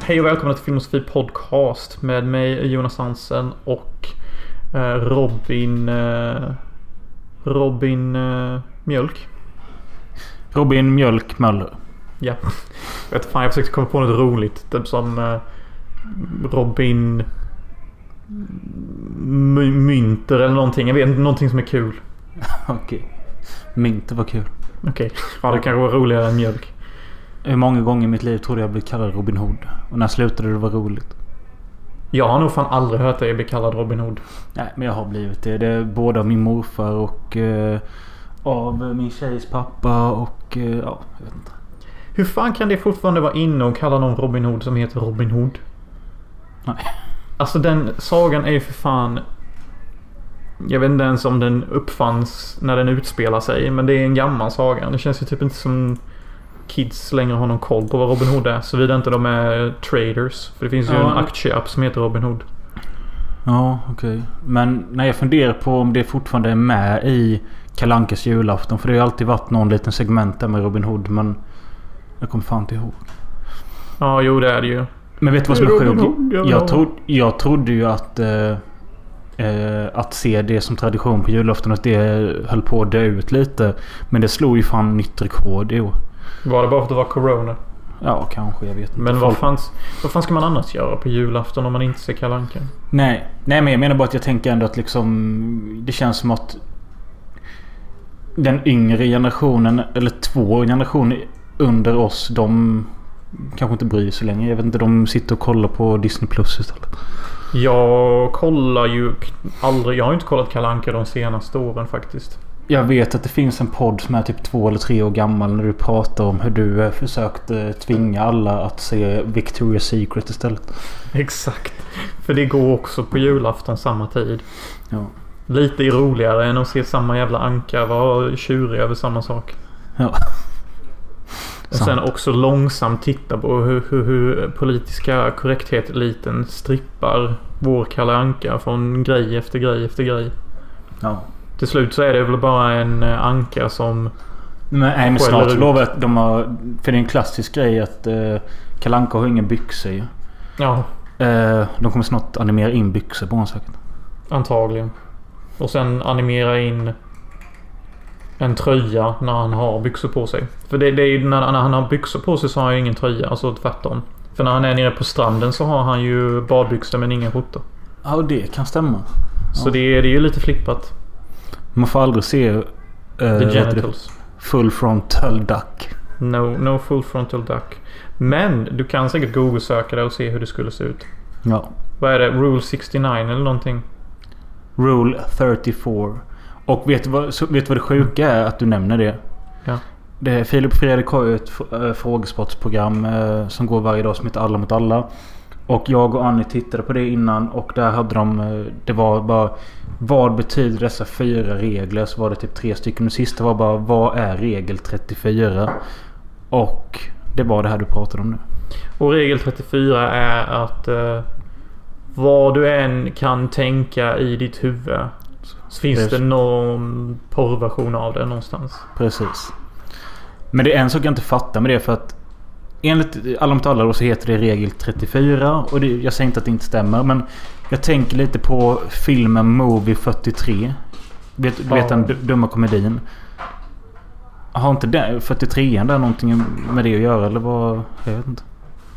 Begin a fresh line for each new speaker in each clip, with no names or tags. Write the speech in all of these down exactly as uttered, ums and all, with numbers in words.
Hej och välkomna till Filmosofi podcast med mig Jonas Hansen och eh, Robin eh, Robin eh, Mjölk.
Robin Mjölk Möller.
Ja. Jag vet fan, jag försökte komma på något roligt, typ som eh, Robin M- Mynter eller någonting. Jag vet inte, någonting som är kul.
Okej. Okay. Mynter var kul.
Okej. Okay. Ja, det kanske var roligare än mjölk.
Hur många gånger i mitt liv trodde jag blev kallad Robin Hood? Och när slutade det vara roligt?
Jag har nog fan aldrig hört dig bli kallad Robin Hood.
Nej, men jag har blivit det. Det är både av min morfar och eh, av min tjejs pappa och eh, ja, jag vet inte.
Hur fan kan det fortfarande vara inne och kalla någon Robin Hood som heter Robin Hood?
Nej.
Alltså den sagan är ju för fan... Jag vet inte ens om den uppfanns när den utspelar sig, men det är en gammal saga. Det känns ju typ inte som kids längre har någon koll på vad Robin Hood är, såvida inte de är traders. För det finns ju ja. en aktieapp som heter Robin Hood.
Ja, okej. Okay. Men när jag funderar på om det fortfarande är med i Kalle Ankas julafton, för det har ju alltid varit någon liten segment där med Robin Hood, men jag kommer fan inte ihåg.
Ja, jo det är det ju.
Men vet du vad som är sjukt? Jag, tro, jag trodde ju att eh, eh, att se det som tradition på julafton, att det höll på att dö ut lite. Men det slog ju fan nytt rekord i år.
Var det bara för att det var corona?
Ja, kanske, jag vet inte.
Men vad fan, vad fan ska man annars göra på julafton om man inte ser Kalle Anka?
Nej, nej, men jag menar bara att jag tänker ändå att liksom, det känns som att den yngre generationen, eller två generationer under oss, de kanske inte bryr sig längre. Jag vet inte, de sitter och kollar på Disney Plus istället.
Jag kollar ju aldrig, jag har ju inte kollat Kalle Anka de senaste åren faktiskt.
Jag vet att det finns en podd som är typ två eller tre år gammal när du pratar om hur du försökte tvinga alla att se Victoria's Secret istället.
Exakt. För det går också på julafton samma tid.
Ja.
Lite roligare än att se samma jävla anka vara tjurig över samma sak.
Ja.
Och sen också långsamt titta på hur, hur, hur politiska korrekthet-eliten strippar vår Kalle Anka från grej efter grej efter grej.
Ja.
Till slut så är det väl bara en anka som...
Men, nej, men snart lovar att de har... För det är en klassisk grej att uh, Kalle Anka har ingen byxor ju.
Ja.
Uh, de kommer snart animera in byxor på honom säkert.
Antagligen. Och sen animera in en tröja när han har byxor på sig. För det, det är ju när, när han har byxor på sig så har han ju ingen tröja. Alltså tvärtom. För när han är nere på stranden så har han ju badbyxor men ingen skjorta.
Ja, och det kan stämma.
Så
ja.
det, är, det är ju lite flippat.
Man får aldrig se uh,
The genitals.
Full frontal duck.
No, no full frontal duck. Men du kan säkert Google-söka det och se hur det skulle se ut.
Ja.
Vad är det? Rule sextionio eller någonting?
Rule trettiofyra. Och vet du vad, vet du vad det sjuka är att du nämner det?
Ja.
Det Filip och Fredrik har ju ett äh, frågesportsprogram äh, som går varje dag som heter Alla mot alla. Och jag och Annie tittade på det innan och där hade de, äh, det var bara, vad betyder dessa fyra regler? Så var det typ tre stycken. Och sista var bara, vad är regel trettiofyra? Och det var det här du pratade om nu.
Och regel trettiofyra är att äh, vad du än kan tänka i ditt huvud så finns det, det någon porrversion av det någonstans.
Precis. Men det är en sak jag inte fattar med det, för att enligt Alla mot alla så heter det regel trettiofyra. Och det, jag säger inte att det inte stämmer, men jag tänker lite på filmen Movie fyrtiotre. Vet, du vet den dumma komedin? Har inte den, fyrtiotrean där någonting med det att göra? Eller vad? Jag vet inte.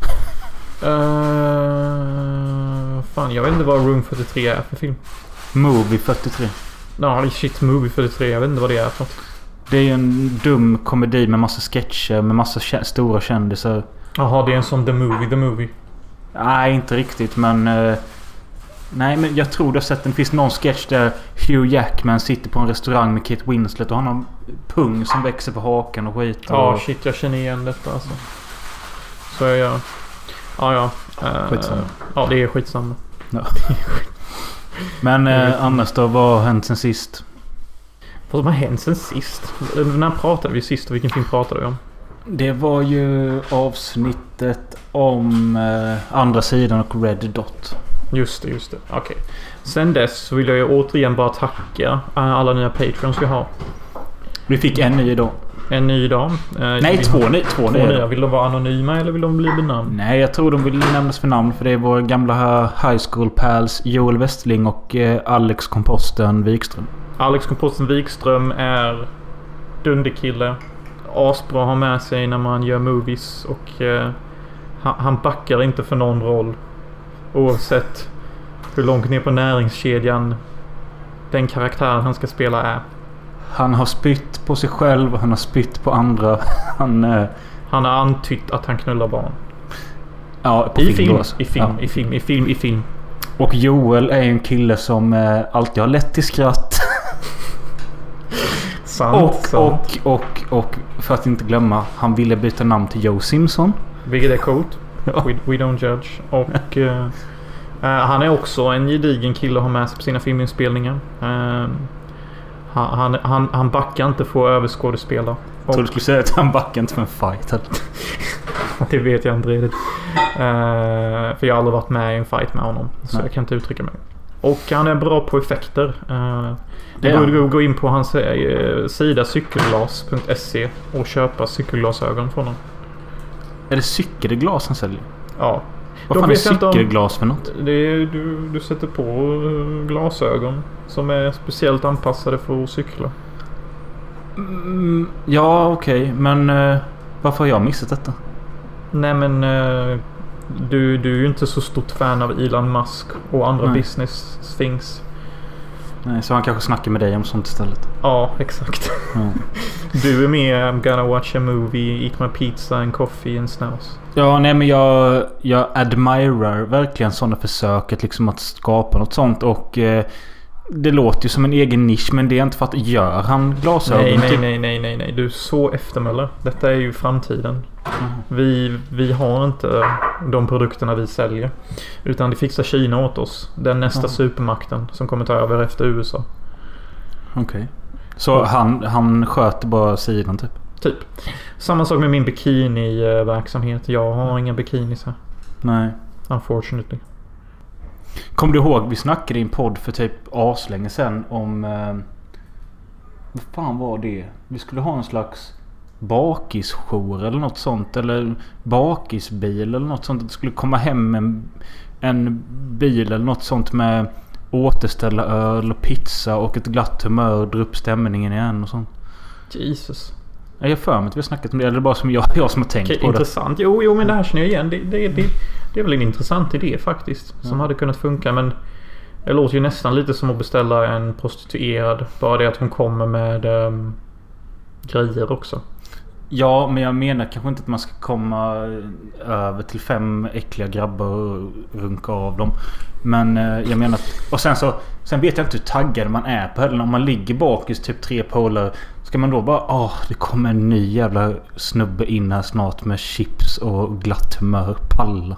Uh, fan, jag vet inte vad Room fyrtiotre är för film.
Movie fyrtiotre.
Ja, shit, Movie fyrtiotre. Jag vet inte vad det är för något.
Det är ju en dum komedi med massa sketcher, med massa kä- stora kändisar.
Jaha, det är en sån The Movie, The Movie.
Nej, inte riktigt, men... Uh, nej, men jag tror du har sett, det finns någon sketch där Hugh Jackman sitter på en restaurang med Kate Winslet och han har pung som växer på hakan och skit. Och...
Ja, shit, jag känner igen detta alltså. Så jag gör... Ja, ja. Uh,
skitsamma.
Ja, det är skitsamma.
Ja. Men uh, annars då, vad har hänt sen sist?
Vad som har hänt sen sist? När pratade vi sist och vilken film pratade vi om?
Det var ju avsnittet om uh, Andra sidan och Red Dot.
Just det, just det. Okej. Okay. Sen dess så vill jag ju återigen bara tacka alla nya Patreons vi har.
Vi fick en ny idag.
En ny dam. Eh,
Nej, två,
ha,
ny, två, två
nya.
nya.
Vill de vara anonyma eller vill de bli benamn?
Nej, jag tror de vill nämnas för namn. För det är vår gamla high school pals Joel Westling och eh, Alex Komposten Wikström.
Alex Komposten Wikström är dunderkille. Asbra att ha med sig när man gör movies. Och eh, han, han backar inte för någon roll. Oavsett hur långt ner på näringskedjan den karaktären han ska spela är.
Han har spytt på sig själv och han har spytt på andra. Han, eh...
han har antytt att han knullar barn.
Ja, på
I
film,
film,
alltså.
i film,
ja.
i film, i film, i film.
Och Joel är en kille som eh, alltid har lätt till skratt.
Sant,
och,
sant.
och, och, och för att inte glömma, han ville byta namn till Joe Simpson.
Vilket är coolt. Ja. We, we don't judge. Och uh, uh, han är också en gedigen kille att ha med sig på sina filminspelningar. Uh, han, han, han, han backar inte för att överskådespela.
Jag tror du skulle säga att han backar inte för en fight.
Det vet jag inte riktigt. Uh, för jag har aldrig varit med i en fight med honom. Så Nej. Jag kan inte uttrycka mig. Och han är bra på effekter. Uh, det borde gå in på hans uh, sida cykelglas punkt se och köpa cykelglasögon från honom.
Är det cykelglas han säljer?
Ja.
Vad fan är cykelglas för något?
Det är, du, du sätter på glasögon som är speciellt anpassade för att cykla.
Mm, ja, okej. Okay. Men uh, varför har jag missat detta?
Nej, men uh, du, du är ju inte så stort fan av Elon Musk och andra Nej. business things.
Nej, så han kanske snackar med dig om sånt istället.
Ja, exakt. Mm. Du är med I'm gonna watch a movie, eat my pizza and coffee and snooze.
Ja, nej men jag, jag admirar verkligen sådana försök att, liksom att skapa något sånt. Och eh, det låter ju som en egen nisch, men det är inte för att gör han glasögon.
Nej, nej, nej, nej, nej, nej. Du är så eftermäller. Detta är ju framtiden. Mm. Vi, vi har inte de produkterna vi säljer. Utan det fixar Kina åt oss. Den nästa mm. supermakten som kommer ta över efter U S A.
Okej. Okay. Så mm. han, han sköter bara sidan typ?
Typ. Samma sak med min bikini-verksamhet. Jag har inga bikinis här.
Nej.
Unfortunately.
Kommer du ihåg, vi snackade i en podd för typ aslänge sedan om... Eh, vad fan var det? Vi skulle ha en slags bakisjour eller något sånt. Eller bakisbil eller något sånt. Det skulle komma hem en, en bil eller något sånt med återställa öl och pizza och ett glatt humör och dra upp stämningen igen och sånt.
Jesus.
Jag har för mig att vi har snackat om det. Eller bara som jag, jag som har tänkt
okay,
på
intressant. det. Jo, jo, men det här känner jag igen. Det, det, det, det är väl en intressant idé faktiskt. Som ja. hade kunnat funka. Men det låter ju nästan lite som att beställa en prostituerad. Bara det att hon kommer med um, grejer också.
Ja, men jag menar kanske inte att man ska komma över till fem äckliga grabbar och runka av dem. Men eh, jag menar att, och sen så sen vet jag inte hur taggad man är på heller. Om man ligger bakis typ tre poler, ska man då bara, åh, det kommer en ny jävla snubbe in här snart med chips och glatt humör. Palla.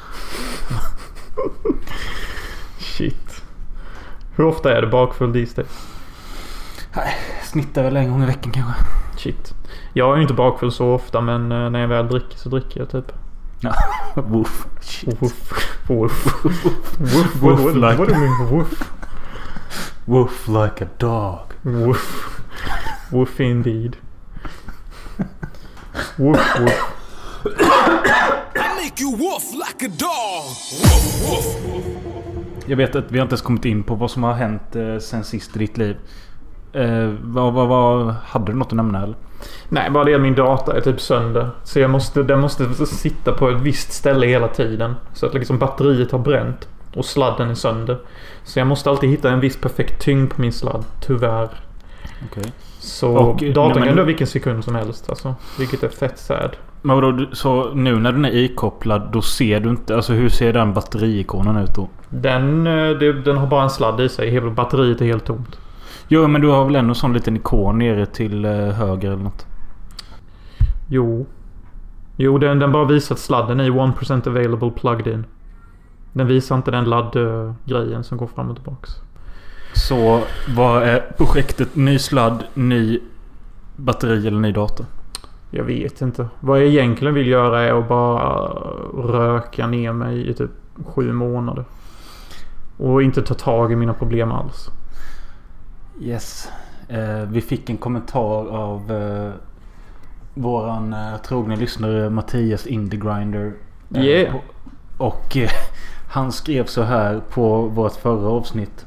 Shit. Hur ofta är det bakfull these days?
Nej, snittar väl en gång i veckan kanske.
Shit. Jag är ju inte bakfull så ofta, men när jag väl dricker så dricker jag typ.
Ja, woof. Shit.
Woof. Woof. Woof. Woof like what do you mean woof?
Woof like a dog.
Woof. Woof indeed. Woof woof.
I make you woof like a dog. Woof woof.
Jag vet att vi inte ens kommit in på vad som har hänt eh, sen sist i ditt liv. Eh, vad, vad, vad hade du något att nämna eller?
Nej, bara det att min data är typ sönder. Så jag måste, den måste sitta på ett visst ställe hela tiden. Så att liksom batteriet har bränt och sladden är sönder. Så jag måste alltid hitta en viss perfekt tyngd på min sladd, tyvärr.
Okay.
Så och, datorn kan dö vilken sekund som helst alltså, vilket är fett sad.
Men vadå, så nu när den är ikopplad, då ser du inte, alltså hur ser den batteriikonen ut då?
Den, det, den har bara en sladd i sig, hela batteriet är helt tomt.
Jo, men du har väl ändå en sån liten ikon nere till höger eller något?
Jo. Jo, den, den bara visar att sladden är one percent available plugged in. Den visar inte den laddgrejen som går fram och tillbaks.
Så vad är projektet? Ny sladd, ny batteri eller ny dator?
Jag vet inte. Vad jag egentligen vill göra är att bara röka ner mig i typ sju månader. Och inte ta tag i mina problem alls.
Yes. Eh, vi fick en kommentar av eh, våran uh, trogna lyssnare Mattias Indie Grinder.
Yeah.
Uh, och uh, han skrev så här på vårt förra avsnitt.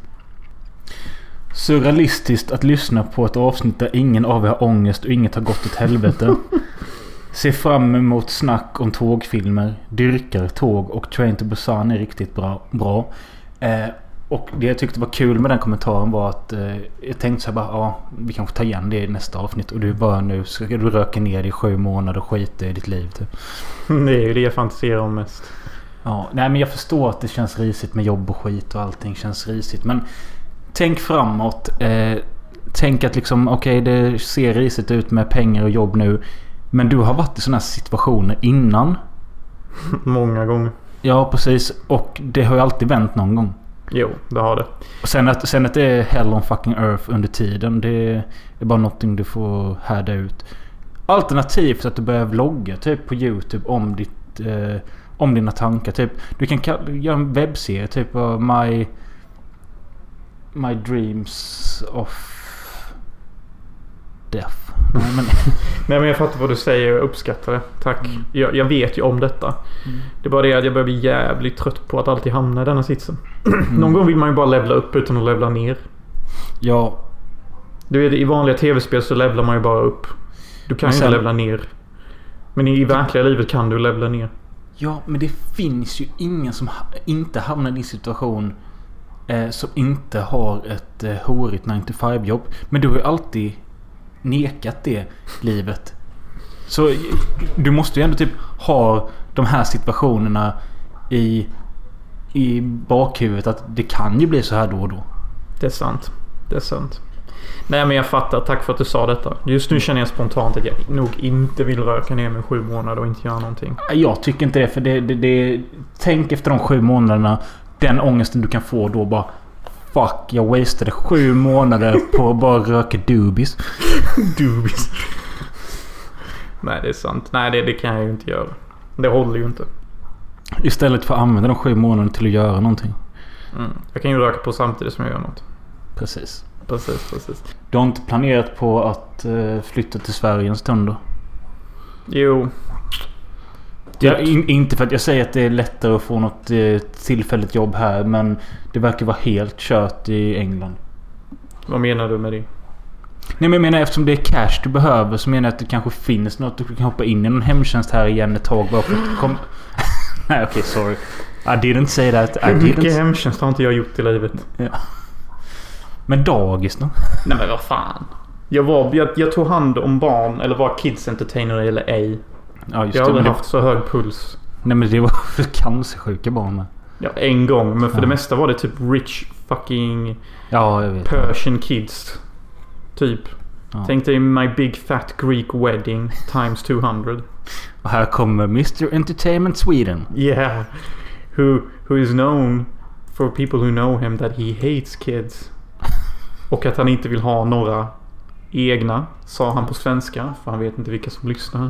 Surrealistiskt att lyssna på ett avsnitt där ingen av er har ångest och inget har gått åt helvete. Se fram emot snack om tågfilmer. Dyrkar tåg och Train to Busan är riktigt bra. bra. Eh, och det jag tyckte var kul med den kommentaren var att eh, jag tänkte så här bara, ja, vi kanske tar igen det i nästa avsnitt. Och du bara nu ska du röka ner dig i sju månader och skita i ditt liv typ.
Det är ju det jag fantiserar om mest.
Ja, nej men jag förstår att det känns risigt med jobb och skit och allting känns risigt. Men tänk framåt. Eh, tänk att liksom, okej okay, det ser risigt ut med pengar och jobb nu. Men du har varit i sådana här situationer innan.
Många gånger.
Ja, precis. Och det har ju alltid vänt någon gång.
Jo, det har det.
Och sen att, sen att det är hell on fucking earth under tiden. Det är bara någonting du får härda ut. Alternativt att du börjar vlogga typ på YouTube om ditt eh, om dina tankar. Typ, du kan kalla, göra en webbserie typ av My My Dreams of Death. Nej men,
Nej, men jag fattar vad du säger och uppskattar det. Tack. Mm. Jag, jag vet ju om detta. Mm. Det är bara det att jag börjar bli jävligt trött på att alltid hamna i denna sitsen. Mm. Någon gång vill man ju bara levla upp utan att levla ner.
Ja.
Du vet, i vanliga tv-spel så levlar man ju bara upp. Du kan ju
sen,
inte levla ner. Men i verkliga livet kan du levla ner.
Ja, men det finns ju ingen som ha, inte hamnar i din situation eh, som inte har ett eh, horigt nine to five jobb. Men du har ju alltid nekat det livet. Så du måste ju ändå typ ha de här situationerna i i bakhuvudet att det kan ju bli så här då och då.
Det är sant. Det är sant. Nej, men jag fattar. Tack för att du sa detta. Just nu känner jag spontant att jag nog inte vill röka ner med sju månader och inte göra någonting.
Jag tycker inte det, för det, det, det tänk efter de sju månaderna, den ångesten du kan få då bara fuck, jag wastade sju månader på att bara röka doobies.
Doobies. Nej, det är sant. Nej, det, det kan jag ju inte göra. Det håller ju inte.
Istället för att använda de sju månaderna till att göra någonting.
Mm. Jag kan ju röka på samtidigt som jag gör något.
Precis.
Precis, precis.
Du har inte planerat på att uh, flytta till Sverige en stund då?
Jo.
Ja, in, inte för att jag säger att det är lättare att få något uh, tillfälligt jobb här, men det verkar vara helt kört i England.
Vad menar du med det?
Nej, men jag menar eftersom det är cash du behöver, så menar jag att det kanske finns något. Du kan hoppa in i någon hemtjänst här igen ett tag bara för att kom... Nej, okej, okay, sorry. I didn't say that. I
Hur mycket
didn't...
hemtjänst har inte jag gjort i livet?
Ja. Men dagis då?
Nej, men vad fan. Jag, var, jag, jag tog hand om barn, eller var kids entertainer eller ej.
Ja, just
jag har
det,
aldrig
det...
haft så hög puls.
Nej, men det var för cancersjuka barn med.
Ja, en gång. Men för
ja.
det mesta var det typ rich fucking
ja, jag vet.
Persian kids. Typ.
Ja.
Tänk dig My Big Fat Greek Wedding times two hundred.
Och här kommer mister Entertainment Sweden.
Yeah. Who, who is known for people who know him that he hates kids. Och att han inte vill ha några egna, sa han på svenska. För han vet inte vilka som lyssnar.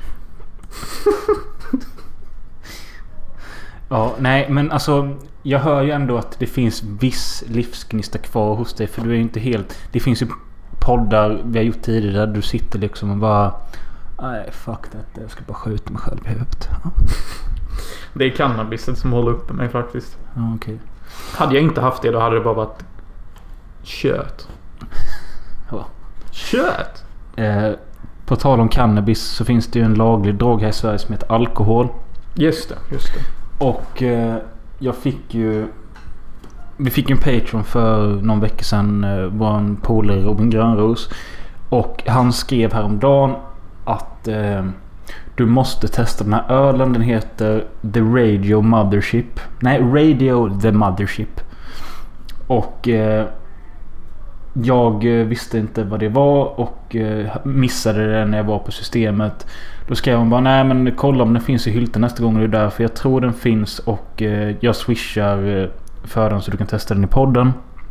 Ja, nej, men alltså jag hör ju ändå att det finns viss livsgnista kvar hos dig. För du är ju inte helt... Det finns ju poddar vi har gjort tidigare där du sitter liksom och bara... Nej, fuck det. Jag ska bara skjuta mig själv i huvudet. Ja.
Det är cannabiset som håller uppe mig faktiskt.
Ja, okej. Okay.
Hade jag inte haft det, då hade det bara varit kött.
Ja.
Kött?
Eh, på tal om cannabis så finns det ju en laglig drog här i Sverige som heter alkohol.
Just det, just det.
Och eh, jag fick ju... Vi fick en Patreon för någon vecka sedan. Eh, var en polare, Robin Grönros. Och han skrev häromdagen att eh, du måste testa den här ölen. Den heter The Radio Mothership. Nej, Radio The Mothership. Och eh, jag visste inte vad det var och eh, missade det när jag var på systemet. Då skrev han bara, nej men kolla om den finns i hyltan nästa gång du är där. För jag tror den finns och eh, jag swishar eh, för den så du kan testa den i podden.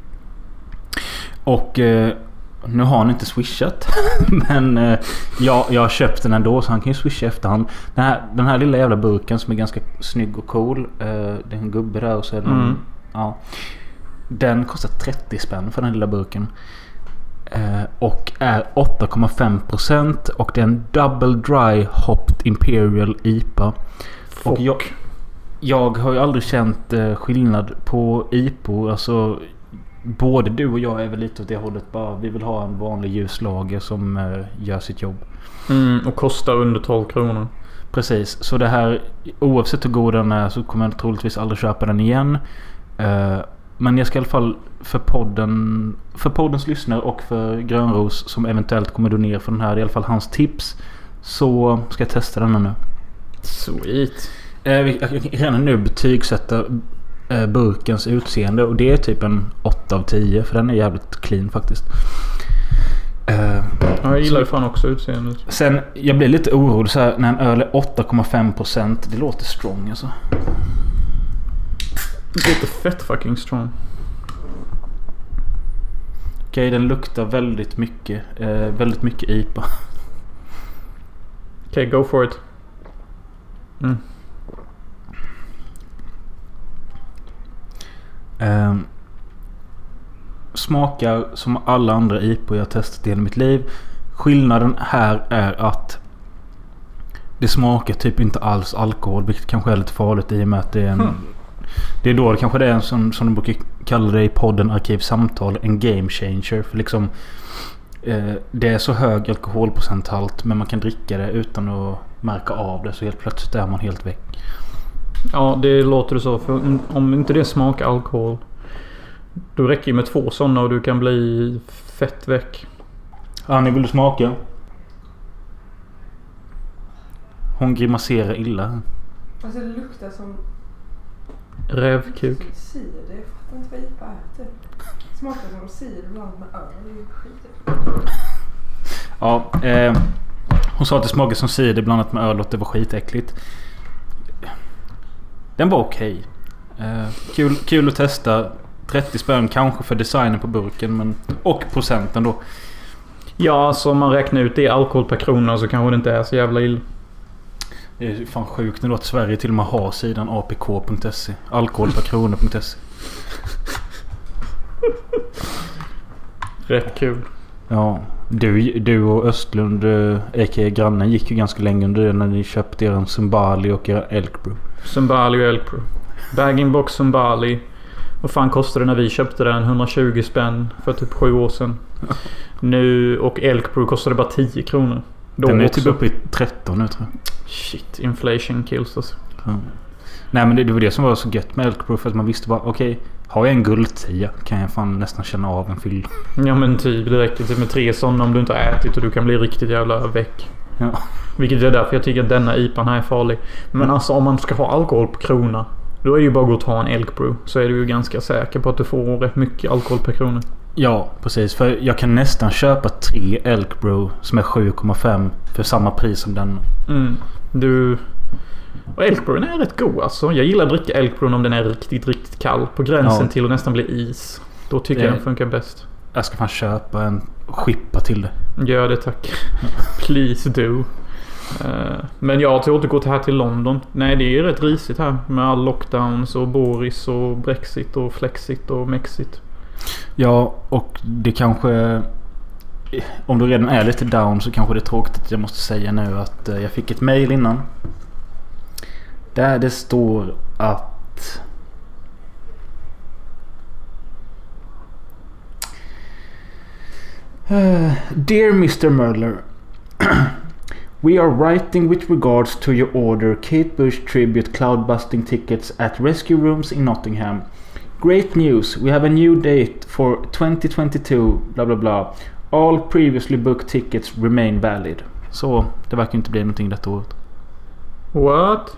Och eh, nu har han inte swishat. Men eh, jag, jag har köpt den ändå så han kan ju swisha efterhand. Den här, den här lilla jävla burken som är ganska snygg och cool. Eh, det är en gubbe där och så är det någon,
mm.
ja. Den kostar trettio spänn för den lilla burken. Eh, och är åtta komma fem procent. Och det är en Double Dry Hopped Imperial I P A. Och jag, jag har ju aldrig känt eh, skillnad på I P O. Alltså, både du och jag är väl lite åt det hållet. Bara, vi vill ha en vanlig ljuslager som eh, gör sitt jobb.
Mm, och kostar under tolv kronor.
Precis, så det här, oavsett hur god den är, så kommer jag troligtvis aldrig köpa den igen. Uh, men jag ska i alla fall för podden, för poddens lyssnare och för Grönros som eventuellt kommer donera för den här, i alla fall hans tips, så ska jag testa den nu.
Sweet.
Uh, jag kan redan nu betygsätta uh, burkens utseende, och det är typ en åtta av tio, för den är jävligt clean faktiskt. Uh,
jag gillar ju fan också utseendet.
Sen, jag blir lite orolig så här, när en öl är åtta komma fem procent. Det låter strong alltså.
Det låter fett fucking strong.
Okej, okay, den luktar väldigt mycket eh, väldigt mycket I P A.
Okej, okay, go for it. Mm.
Um, smakar som alla andra I P A jag testat i hela mitt liv. Skillnaden här är att det smakar typ inte alls alkohol, vilket kanske är lite farligt i och med att det är en hmm. det är då det kanske det är en som, som de brukar kalla det i podden Arkivsamtal, en game changer, för liksom eh, det är så hög alkoholprocenthalt, men man kan dricka det utan att märka av det, så helt plötsligt är man helt väck.
Ja, det låter så, för om inte det smakar alkohol, då räcker det med två sådana och du kan bli fett väck.
Annie, vill du smaka? Hon grimaserar illa.
Alltså det luktar som
rävkuk.
cider, jag fattar inte vad I P A är typ. Smakar som cider blandat med öl, det är ju skit.
Ja, eh, hon sa att det smakade som cider blandat med öl och att det var skitäckligt. Den var okej. Okay. Eh, kul, kul att testa. trettio spänn kanske för designen på burken, men och procenten då.
Ja, så om man räknar ut det alkohol per krona, så kanske det inte är så jävla illa.
Det är fan sjukt nu att Sverige till och med har sidan a p k punkt se. alkohol per krona punkt se.
Rätt kul.
Ja, du, du och Östlund, a k a grannen, gick ju ganska länge under det när ni köpte er Zumbali och er Elk Brew.
Zumbali och Elk Brew. Bag-in box Zumbali. Vad fan kostade det när vi köpte den? hundratjugo spänn för typ sju år sedan. Nu, och Elk Brew kostade bara tio kronor. Då
den är
också.
typ uppe i tretton nu, tror jag.
Shit, inflation kills us.
Ja. Nej, men det, det var det som var så gött med Elk Brew, för att man visste bara, okej, okay, har jag en guldtia kan jag fan nästan känna av en fyll.
Ja, men typ, det räcker typ med tre sådana om du inte har ätit, och du kan bli riktigt jävla väck.
Ja.
Vilket är därför jag tycker att denna I P A här är farlig. Men mm. alltså om man ska ha alkohol på krona, då är det ju bara att gå och ta en Elk Brew. Så är du ju ganska säker på att du får rätt mycket alkohol per krona.
Ja, precis. För jag kan nästan köpa tre Elk Brew som är sju komma fem för samma pris som den.
Mm. Du... Och Elk Brew är rätt god alltså. Jag gillar att dricka Elk Brew om den är riktigt, riktigt kall. På gränsen ja. till att nästan bli is. Då tycker det... jag den funkar bäst.
Jag ska fan köpa en skippa till det.
Gör det, tack. Please do. Uh, men jag tror återgå till här till London. Nej, det är rätt risigt här. Med all lockdowns och Boris och Brexit och Flexit och Mexit.
Ja, och det kanske... Om du redan är lite down, så kanske det är tråkigt att jag måste säga nu att jag fick ett mail innan. Där det står att... Uh, Dear mister Möller, we are writing with regards to your order Kate Bush tribute cloudbusting tickets at Rescue Rooms in Nottingham. Great news, we have a new date for twenty twenty-two, bla bla bla. All previously booked tickets remain valid. Så det verkar inte bli någonting detta året.
What?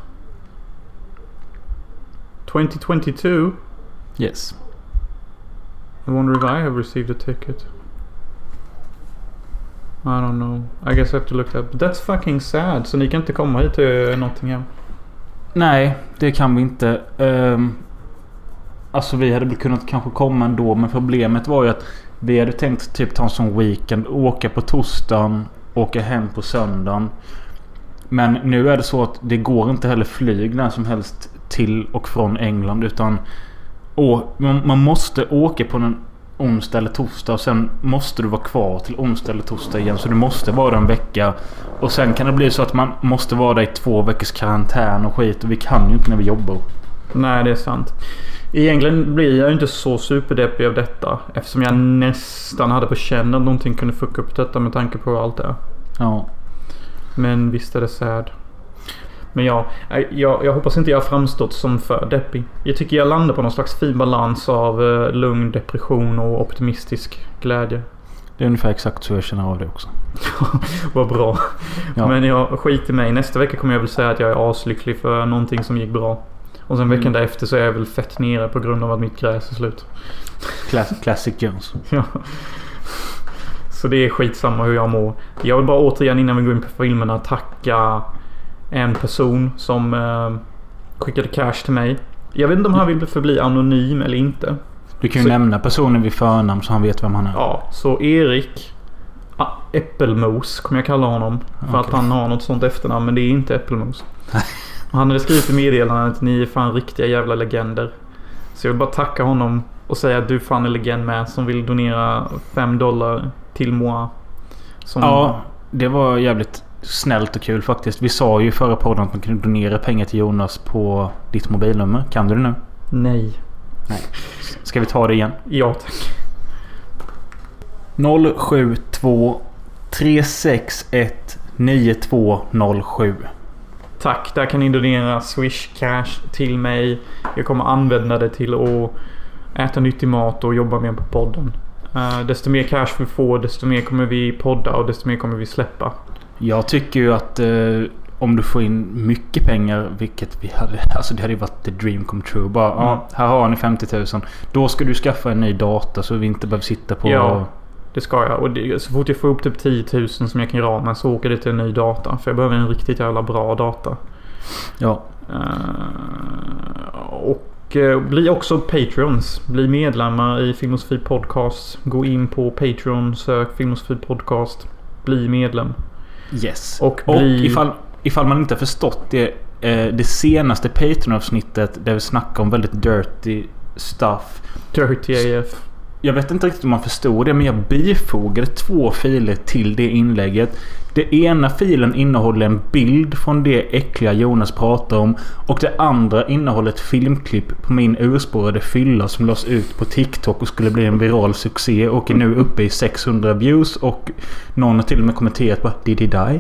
twenty twenty-two?
Yes.
I wonder if I have received a ticket. I don't know. I guess I have to look that. But that's fucking sad. Så ni kan inte komma hit till Nottingham?
Nej, det kan vi inte. Um, alltså vi hade kunnat kanske komma ändå. Men problemet var ju att vi hade tänkt typ ta en sån weekend. Åka på torsdagen. Åka hem på söndagen. Men nu är det så att det går inte heller flyg när som helst till och från England. Utan å, man, man måste åka på den onsdag eller torsdag. Och sen måste du vara kvar till onsdag eller torsdag igen. Så du måste vara där en vecka. Och sen kan det bli så att man måste vara där i två veckors karantän och skit. Och vi kan ju inte när vi jobbar.
Nej, det är sant. Egentligen blir jag inte så superdeppig av detta. Eftersom jag nästan hade på känn att någonting kunde fucka upp detta med tanke på allt det.
Ja.
Men visst är det sad. Men ja, jag, jag hoppas inte jag har framstått som för deppig. Jag tycker jag landar på någon slags fin balans av uh, lugn, depression och optimistisk glädje.
Det är ungefär exakt så jag känner av det också.
Vad bra.
Ja.
Men jag skiter i mig. Nästa vecka kommer jag väl säga att jag är aslycklig för någonting som gick bra. Och sen veckan mm. därefter så är jag väl fett nere på grund av att mitt gräs är slut.
Classic, classic Jones.
Ja. Så det är skitsamma hur jag mår. Jag vill bara återigen innan vi går in på filmerna tacka en person som eh, skickade cash till mig. Jag vet inte om han vill förbli anonym eller inte.
Du kan ju
så,
nämna personen vid förnamn så han vet vem han är.
Ja, så Erik ah, Äppelmos kommer jag kalla honom. För okay. att han har något sånt efternamn, men det är inte Äppelmos. Han hade skrivit i meddelandet att ni är fan riktiga jävla legender. Så jag vill bara tacka honom och säga att du fan är legend med som vill donera fem dollar till Moa. Som...
Ja, det var jävligt snällt och kul faktiskt. Vi sa ju i förra podden att man kunde donera pengar till Jonas på ditt mobilnummer. Kan du det nu?
Nej.
Nej. Ska vi ta det igen?
Ja, tack.
noll sju två tre sex ett nio två noll sju.
Tack, där kan ni donera Swish cash till mig. Jag kommer använda det till att äta nyttig mat och jobba mer på podden. Uh, desto mer cash vi får, desto mer kommer vi podda och desto mer kommer vi släppa.
Jag tycker ju att uh, om du får in mycket pengar, vilket vi hade, alltså det hade ju varit the dream come true. Bara, mm. ja, här har ni femtio tusen. Då ska du skaffa en ny data så vi inte behöver sitta på...
Ja, det ska jag. Och det, så fort jag får upp typ tio tusen som jag kan göra med så åker det till en ny data. För jag behöver en riktigt jävla bra data.
Ja.
Uh, och uh, bli också Patreons. Bli medlemmar i Filmosofi Podcast. Gå in på Patreon, sök Filmosofi Podcast. Bli medlem.
Yes.
Och,
och
bli...
ifall, ifall man inte har förstått det, eh, det senaste Patreon-avsnittet där vi snackar om väldigt dirty stuff.
Dirty A F.
Jag vet inte riktigt om man förstod det, men jag bifogade två filer till det inlägget. Det ena filen innehåller en bild från det äckliga Jonas pratar om och det andra innehåller ett filmklipp på min urspårade fylla som lades ut på TikTok och skulle bli en viral succé och är nu uppe i sexhundra views och någon har till och med kommenterat på Did he die?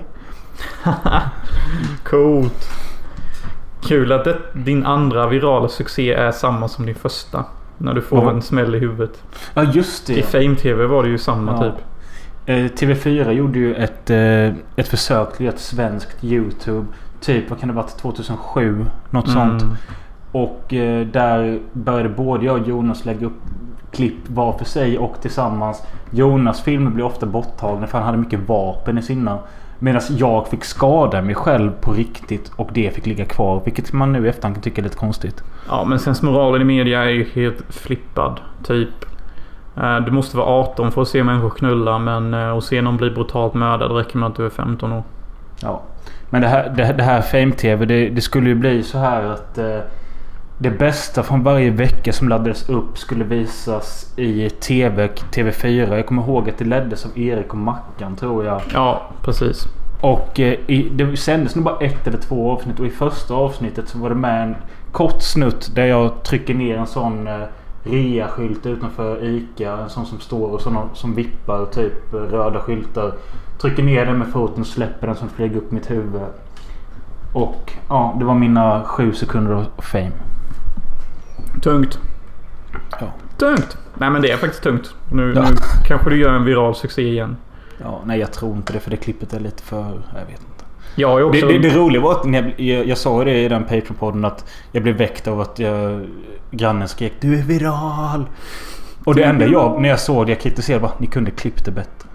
Coolt. Kul att det, din andra virala succé är samma som din första. När du får oh. en smäll i huvudet.
Ja, just det.
I Fame T V var det ju samma ja. typ.
Eh, T V fyra gjorde ju ett, eh, ett försök till ett svenskt YouTube. Typ, vad kan det vara, tjugohundrasju? Något mm. sånt. Och eh, där började både jag och Jonas lägga upp klipp var för sig och tillsammans. Jonas filmer blev ofta borttagna för han hade mycket vapen i sina. Medan jag fick skada mig själv på riktigt och det fick ligga kvar. Vilket man nu efter kan tycka är lite konstigt.
Ja, men sen moralen i media är ju helt flippad. Typ, du måste vara arton för att se människor knulla. Men att se någon bli brutalt mördad räcker med att du är femton år.
Ja, men det här, det, det här Fame T V, det, det skulle ju bli så här att... Eh, det bästa från varje vecka som laddades upp skulle visas i T V, T V fyra. Jag kommer ihåg att det leddes av Erik och Mackan, tror jag.
Ja, precis.
Och eh, i, det sändes nog bara ett eller två avsnitt. Och i första avsnittet så var det med en kort snutt där jag trycker ner en sån eh, rea-skylt utanför Ica. En sån som står och sån som vippar, typ röda skyltar. Trycker ner den med foten och släpper den som flyger upp mitt huvud. Och ja, det var mina sju sekunder av fame.
Tungt.
Ja.
Tungt. Nej, men det är faktiskt tungt. Nu,
ja.
nu kanske du gör en viral succé igen.
Ja, nej, jag tror inte det, för det klippet är lite för... Jag vet inte.
Ja, jag också...
det, det, det roliga var att jag, jag, jag sa det i den Patreon-podden att jag blev väckt av att jag, grannen skrek du är viral. Och det enda jag, när jag såg det, jag kritiserade bara, ni kunde klippt det bättre.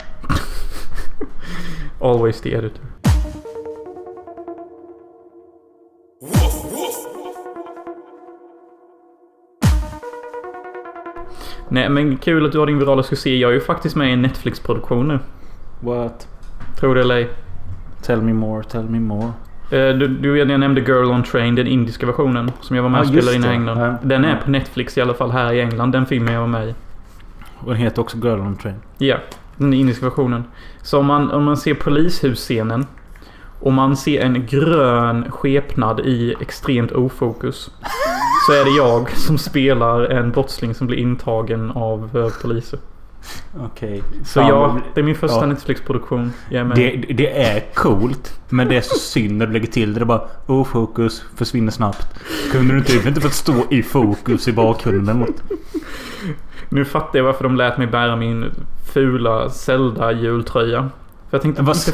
Always the editor. Nej, men kul att du har din virala succé. Jag är ju faktiskt med i en Netflix-produktion nu.
What?
Tror det eller ej.
Tell me more, tell me more.
Uh, du, du vet, jag nämnde Girl on Train, den indiska versionen som jag var med och
ah,
spelade in i England.
Ja.
Den är på Netflix i alla fall här i England, den filmen jag var med i.
Och den heter också Girl on Train.
Ja, den indiska versionen. Så om man, om man ser polishusscenen och man ser en grön skepnad i extremt ofokus, så är det jag som spelar en brottsling som blir intagen av uh, poliser.
Okej.
Så
Fan,
ja, det är min första
ja.
Netflix-produktion. Jag är med.
Det, det är coolt, men det är så synd när du lägger till det. Det är bara ofokus, försvinner snabbt. Kunde du inte, inte fått stå i fokus i bakgrunden?
Nu fattar jag varför de lät mig bära min fula Zelda-jultröja. För jag tänkte...
Vad...
Inte...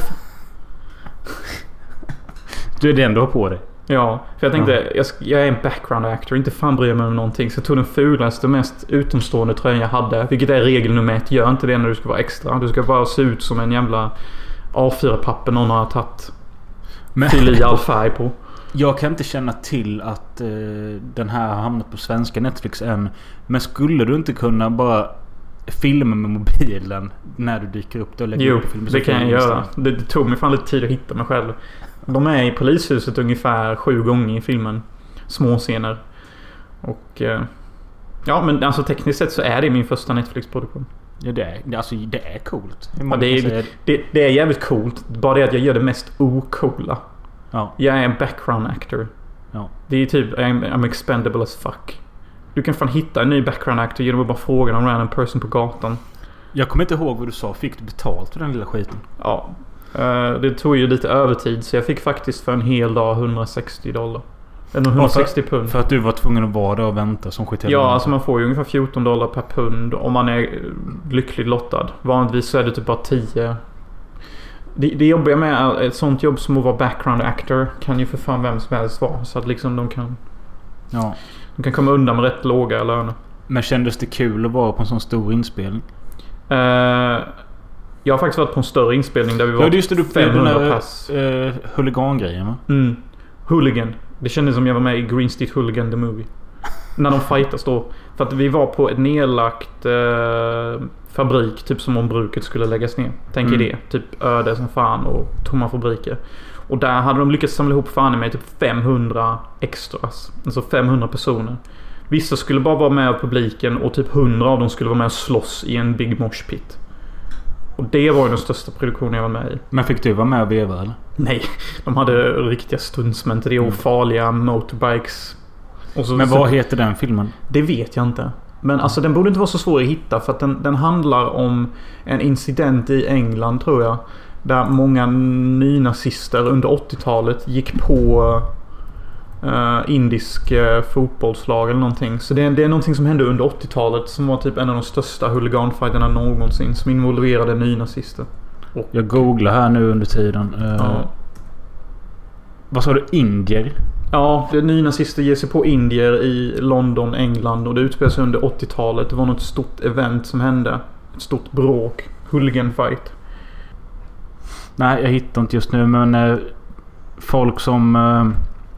Du är det ändå har på dig.
Ja, för jag tänkte, ja. jag, jag är en background actor, inte fan bryr mig om någonting. Så jag tog den fulaste, mest utomstående tröjan jag hade. Vilket är regel nummer ett, gör inte det när du ska vara extra. Du ska bara se ut som en jävla A fyra-papper någon har tagit Men... till i all färg på.
Jag kan inte känna till att eh, den här har hamnat på svenska Netflix än. Men skulle du inte kunna bara filma med mobilen när du dyker upp och lägger
jo,
upp filmen?
Jo, det kan jag göra. Det, det tog mig fan lite tid att hitta mig själv. De är i polishuset ungefär sju gånger i filmen. Små scener. Och eh, ja, men alltså tekniskt sett så är det min första Netflix-produktion.
Ja, det är, alltså, det är coolt.
Ja, det, är, det, det är jävligt coolt. Bara det att jag gör det mest ocoola.
Ja.
Jag är en background actor.
Ja.
Det är typ I'm, I'm expendable as fuck. Du kan fan hitta en ny background actor genom att bara fråga någon random person på gatan.
Jag kommer inte ihåg vad du sa. Fick du betalt för den lilla skiten?
Ja. Uh, det tog ju lite övertid. Så jag fick faktiskt för en hel dag hundrasextio dollar. Eller hundrasextio
ja, för,
pund.
För att du var tvungen att vara där och vänta som skit.
Ja, alltså man får ju ungefär fjorton dollar per pund om man är lyckligt lottad. Vanligtvis så är det typ bara tio. Det, det jobbiga med ett sånt jobb som att vara background actor kan ju för fan vem som helst vara. Så att liksom de kan
ja.
de kan komma undan med rätt låga löner.
Men kändes det kul att vara på en sån stor inspelning?
Uh, jag har faktiskt varit på en större inspelning där vi var
ja, just det, du
femhundra
där,
pass.
Uh, Huligan-grejen, va?
Mm. Hooligan. Det kändes som jag var med i Green Street Hooligan the Movie. När de fightas då. För att vi var på ett nedlagt uh, fabrik. Typ som om bruket skulle läggas ner. Tänk mm. i det. Typ öde som fan och tomma fabriker. Och där hade de lyckats samla ihop fan med typ femhundra extras. Alltså femhundra personer. Vissa skulle bara vara med av publiken. Och typ hundra av dem skulle vara med och slåss i en big mosh pit. Och det var ju den största produktionen jag var med i.
Men fick du vara med och veva eller?
Nej, de hade riktiga stuntsmän till det och farliga motorbikes. Och så,
men vad heter den filmen?
Det vet jag inte. Men alltså den borde inte vara så svår att hitta. För att den, den handlar om en incident i England tror jag. Där många nynazister under åttiotalet gick på uh, indisk uh, fotbollslag eller någonting. Så det är, det är någonting som hände under åttiotalet som var typ en av de största huliganfighterna någonsin. Som involverade nynazister.
Och jag googlar här nu under tiden. Uh,
ja.
Vad sa du? Indier?
Ja, det nynazister ger sig på indier i London, England. Och det utspelar sig under åttiotalet. Det var något stort event som hände. Ett stort bråk. Hooligan fight.
Nej, jag hittar inte just nu. Men eh, folk som eh,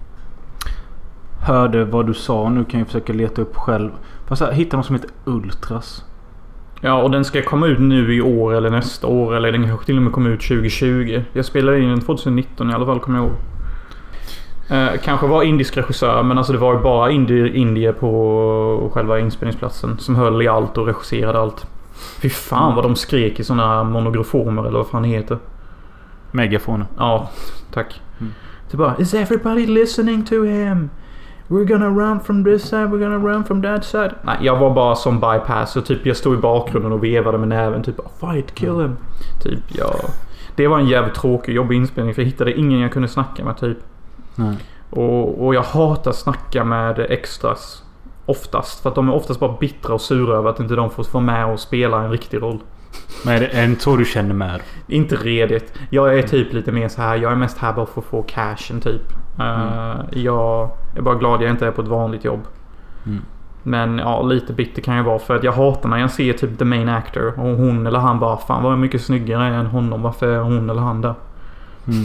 hörde vad du sa nu kan ju försöka leta upp själv. Fast här, hitta något som heter Ultras.
Ja, och den ska komma ut nu i år eller nästa år. Eller den kanske till och med kommer ut tjugo tjugo. Jag spelade in den tjugonitton i alla fall, kommer jag ihåg. Eh, kanske var indisk regissör, men alltså det var ju bara indier, indier på själva inspelningsplatsen som höll i allt och regisserade allt. Fy fan vad de skrek i såna monografoner eller vad fan det heter.
Megafoner.
Ja, tack.
Mm.
Det bara, is everybody listening to him? We're gonna run from this side, we're gonna run from that side. Nej, jag var bara som bypass och typ jag stod i bakgrunden och vevade med näven typ, fight, kill him. Typ, ja. Det var en jävligt tråkig jobbig inspelning för jag hittade ingen jag kunde snacka med typ.
Nej.
Och, och jag hatar snacka med extras oftast. För att de är oftast bara bittra och sura över att inte de får vara med och spela en riktig roll.
Men är det en så du känner med?
Inte redigt. Jag är typ lite mer så här. Jag är mest här bara för att få cashen typ. Mm. Uh, jag är bara glad jag inte är på ett vanligt jobb.
Mm.
Men ja, lite bitter kan jag vara. För att jag hatar när jag ser typ the main actor. Och hon eller han bara, fan vad mycket snyggare än honom. Varför är hon eller han där?
Mm.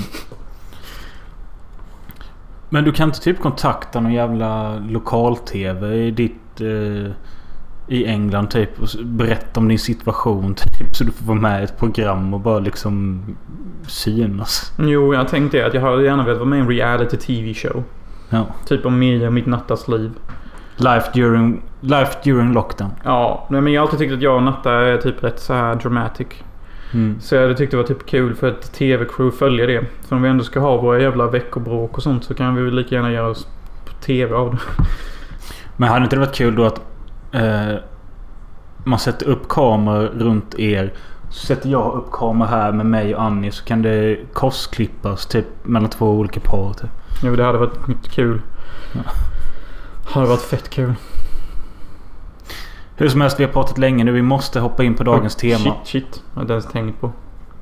Men du kan inte typ kontakta någon jävla lokal-tv i ditt eh, i England typ och berätta om din situation typ så du får vara med i ett program och bara liksom synas.
Jo, jag tänkte att jag hade gärna velat vara med i en reality tv show.
Ja.
Typ om mig och mitt nattas liv.
Life during, life during lockdown.
Ja, men jag har alltid tyckt att jag och Natta är typ rätt så här dramatic.
Mm.
Så jag hade tyckt det var typ kul för ett tv-crew följer det. Så om vi ändå ska ha våra jävla veckobråk och sånt så kan vi väl lika gärna göra oss på tv av det.
Men hade inte det varit kul då att eh, man sätter upp kameror runt er, så sätter jag upp kameror här med mig och Annie, så kan det korsklippas typ mellan två olika par typ.
Jo, det hade varit kul.
Ja.
Hade varit fett kul.
Hur som helst, vi har pratat länge nu. Vi måste hoppa in på dagens
oh,
tema.
Shit, shit. Jag hade ens tänkt på.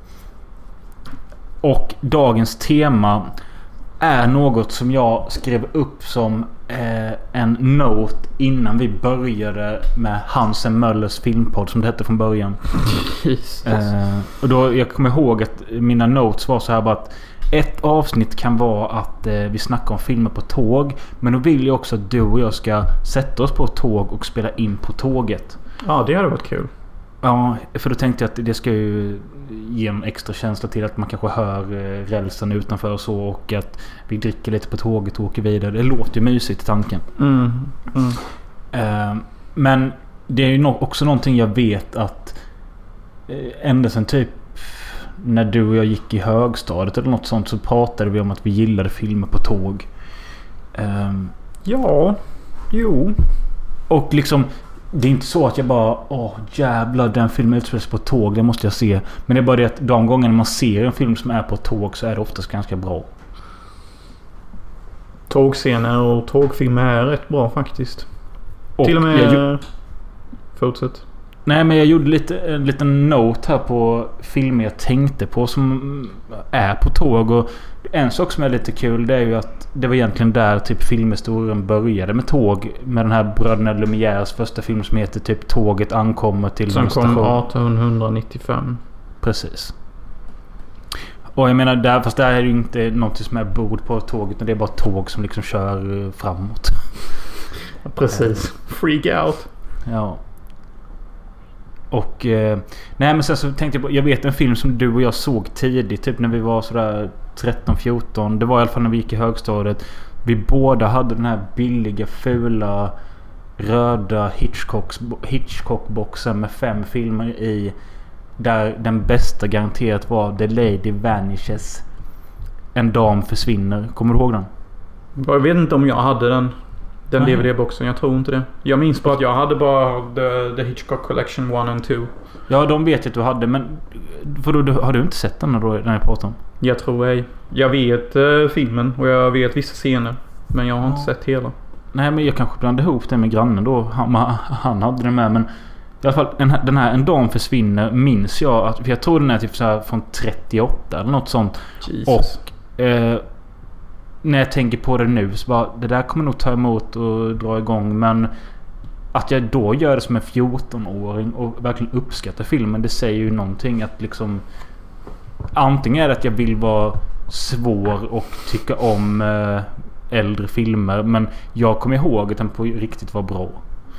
Och dagens tema är något som jag skrev upp som eh, en note innan vi började med Hansen Möllers filmpodd, som det hette från början.
Jesus.
Eh, och då, jag kommer ihåg att mina notes var så här bara att ett avsnitt kan vara att eh, vi snackar om filmer på tåg. Men då vill jag också att du och jag ska sätta oss på ett tåg och spela in på tåget.
Ja, det hade varit kul.
Ja, för då tänkte jag att det ska ju ge en extra känsla till att man kanske hör eh, rälsen utanför och så. Och att vi dricker lite på tåget och åker vidare. Det låter ju mysigt i tanken.
Mm. Mm.
Eh, men det är ju no- också någonting jag vet att eh, ända sedan typ när du och jag gick i högstadiet eller något sånt, så pratade vi om att vi gillade filmer på tåg. Um,
ja, jo.
Och liksom, det är inte så att jag bara, åh jävlar, den filmen utspelas på tåg, det måste jag se. Men det är bara det att de gångerna man ser en film som är på tåg så är det oftast ganska bra.
Tågscener och tågfilmer är rätt bra faktiskt.
Och
till och med...
Jag,
fortsätt.
nej, men jag gjorde lite, en liten note här på filmer jag tänkte på som är på tåg. Och en sak som är lite kul, det är ju att det var egentligen där typ filmhistorien började med tåg. Med den här Bröderna Lumières första film som heter typ Tåget ankommer till
som
en station.
kom arton nittiofem.
Precis. Och jag menar, där, fast där är det ju inte något som är bord på tåget, utan det är bara tåg som liksom kör framåt.
Precis. Freak out.
Ja. Och eh, nej, men sen så tänkte jag på, jag vet en film som du och jag såg tidigt, typ när vi var sådär tretton fjorton. Det var i alla fall när vi gick i högstadiet. Vi båda hade den här billiga, fula, röda Hitchcock-boxen med fem filmer i, där den bästa garanterat var The Lady Vanishes. En dam försvinner. Kommer du ihåg den?
Jag vet inte om jag hade den. Den
Nej.
D V D-boxen, jag tror inte det. Jag minns bara att jag hade bara The, the Hitchcock Collection ett och två.
Ja, de vet jag att du hade, men för då, har du inte sett den då, när jag pratar om?
Jag tror ej. Jag vet uh, filmen och jag vet vissa scener. Men jag har inte
Ja.
sett hela.
Nej, men jag kanske blandade ihop det med grannen då. Han, han hade den med, men i alla fall den här, den här En dam försvinner minns jag att, för jag tror den är typ så här från trettioåtta eller något sånt.
Jesus.
Och eh, när jag tänker på det nu så bara, det där kommer nog ta emot och dra igång, men att jag då gör det som en fjorton-åring och verkligen uppskattar filmen, det säger ju någonting. Att liksom, antingen är det att jag vill vara svår och tycka om eh, äldre filmer, men jag kommer ihåg att den på riktigt var bra.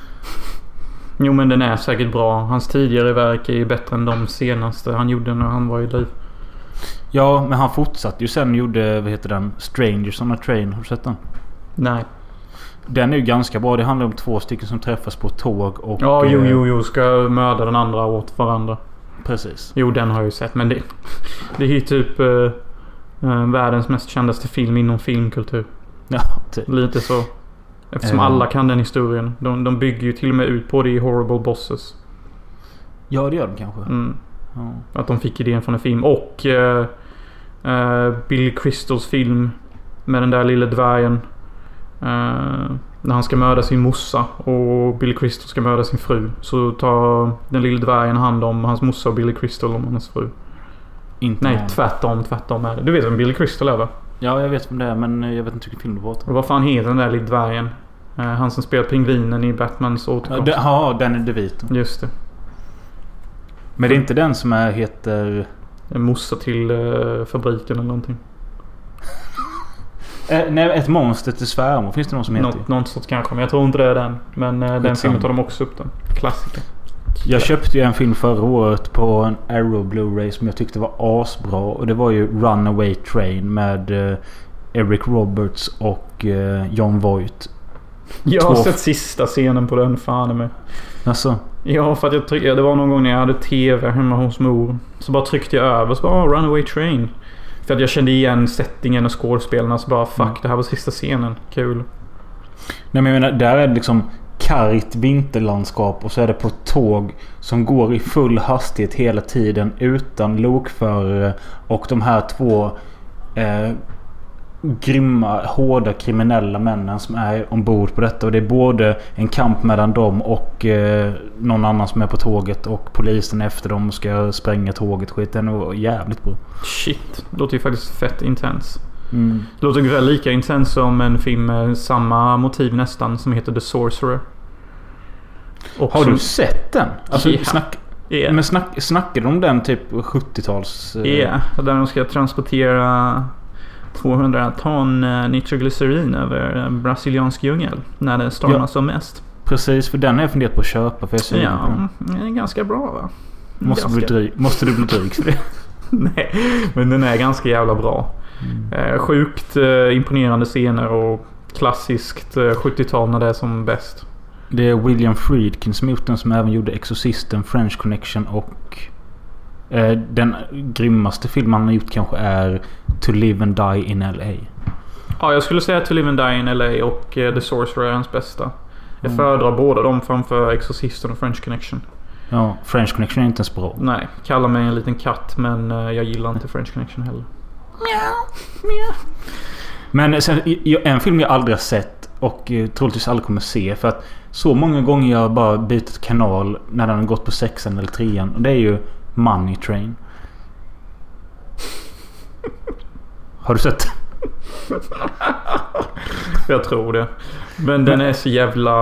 Jo, men den är säkert bra. Hans tidigare verk är ju bättre än de senaste han gjorde när han var i liv.
Ja, men han fortsatte ju sen och gjorde, vad heter den? Strangers on a Train. Har du sett den?
Nej.
Den är ju ganska bra. Det handlar om två stycken som träffas på ett tåg och...
Ja, jo,
eh,
jo, jo. Ska mörda den andra åt varandra.
Precis.
Jo, den har jag ju sett. Men det, det är ju typ uh, uh, världens mest kändaste film inom filmkultur.
Ja, typ.
Lite så. Eftersom
Eh.
alla kan den historien. De, de bygger ju till och med ut på det i Horrible Bosses.
Ja, det gör de kanske.
Mm.
Ja.
Att de fick idén från en film. Och uh, uh, Billy Crystals film med den där lilla dvärgen. Uh, när han ska mörda sin morsa och Billy Crystal ska mörda sin fru, så tar den lilla dvärgen hand om hans morsa och Billy Crystal om hans fru.
Inte
Nej,
någon.
tvärtom, tvärtom är det. Du vet vem Billy Crystal är, va?
Ja, jag vet vem det är, men jag vet inte vilken film det var.
Och vad fan heter den där lilla dvärgen? Uh, han som spelar pingvinen i Batmans
Ja,
återkomst.
det, ja, den är DeVito.
Just det.
Men det är inte den som är, heter...
En morsa till uh, fabriken eller någonting.
Eh, nej, Ett monster till svärmor. Finns det någon som heter?
Nå- någon sorts kanske, men jag tror inte det är den. Men uh, den
Skitsamma.
filmen tar de också upp den. Klassiker.
Jag köpte ju en film förra året på en Arrow Blu-ray som jag tyckte var asbra. Och det var ju Runaway Train med eh, Eric Roberts och eh, John Voight.
Jag har
Två.
sett sista scenen på den, fan med.
Alltså,
Ja, för att jag tryckte, det var någon gång när jag hade tv hemma hos mor. Så bara tryckte jag över så bara, oh, Runaway Train. För att jag kände igen settingen och skådespelarna, så bara, fuck,
Mm.
det här var sista scenen. Kul.
nej men jag menar, där är det liksom kargt vinterlandskap och så är det på tåg som går i full hastighet hela tiden utan lokförare och de här två eh, grymma, hårda kriminella männen som är ombord på detta, och det är både en kamp mellan dem och eh, någon annan som är på tåget och polisen efter dem och ska spränga tåget. Skit, det är nog jävligt bra.
Shit, det låter ju faktiskt fett intens.
Mm.
Det låter ungefär lika intens som en film med samma motiv nästan, som heter The Sorcerer. Och
Har
som,
du sett den? Alltså,
Ja.
snack,
Yeah.
men snack, snackade de om den typ sjuttio-tals... eh,
Ja, där de ska transportera tvåhundra ton eh, nitroglycerin över brasiliansk djungel när det stormar
Ja.
som mest.
Precis, för den har jag funderat på att köpa för jag ser
Ja,
på den.
den är ganska bra, va?
Måste,
ganska...
bli dryg, måste du bli dryg för det?
Nej, men den är ganska jävla bra. Eh, sjukt eh, imponerande scener och klassiskt eh, sjuttiotal när det är som bäst.
Det är William Friedkin som gjort den, som även gjorde Exorcisten, French Connection och eh, den grymmaste filmen han har gjort kanske är To Live and Die in L A.
Ja, jag skulle säga To Live and Die in L A och eh, The Sorcerer är hans bästa. Jag
Mm.
föredrar båda dem framför Exorcisten och French Connection.
Ja, French Connection är inte ens bra.
Nej, kalla mig en liten katt, men eh, jag gillar inte French Connection heller.
Men sen, i- en film jag aldrig har sett och eh, troligtvis aldrig kommer se, för att så många gånger jag bara bytt kanal när den har gått på sexan eller trean, och det är ju Money Train. Har du sett?
Jag tror det. Men den är så jävla...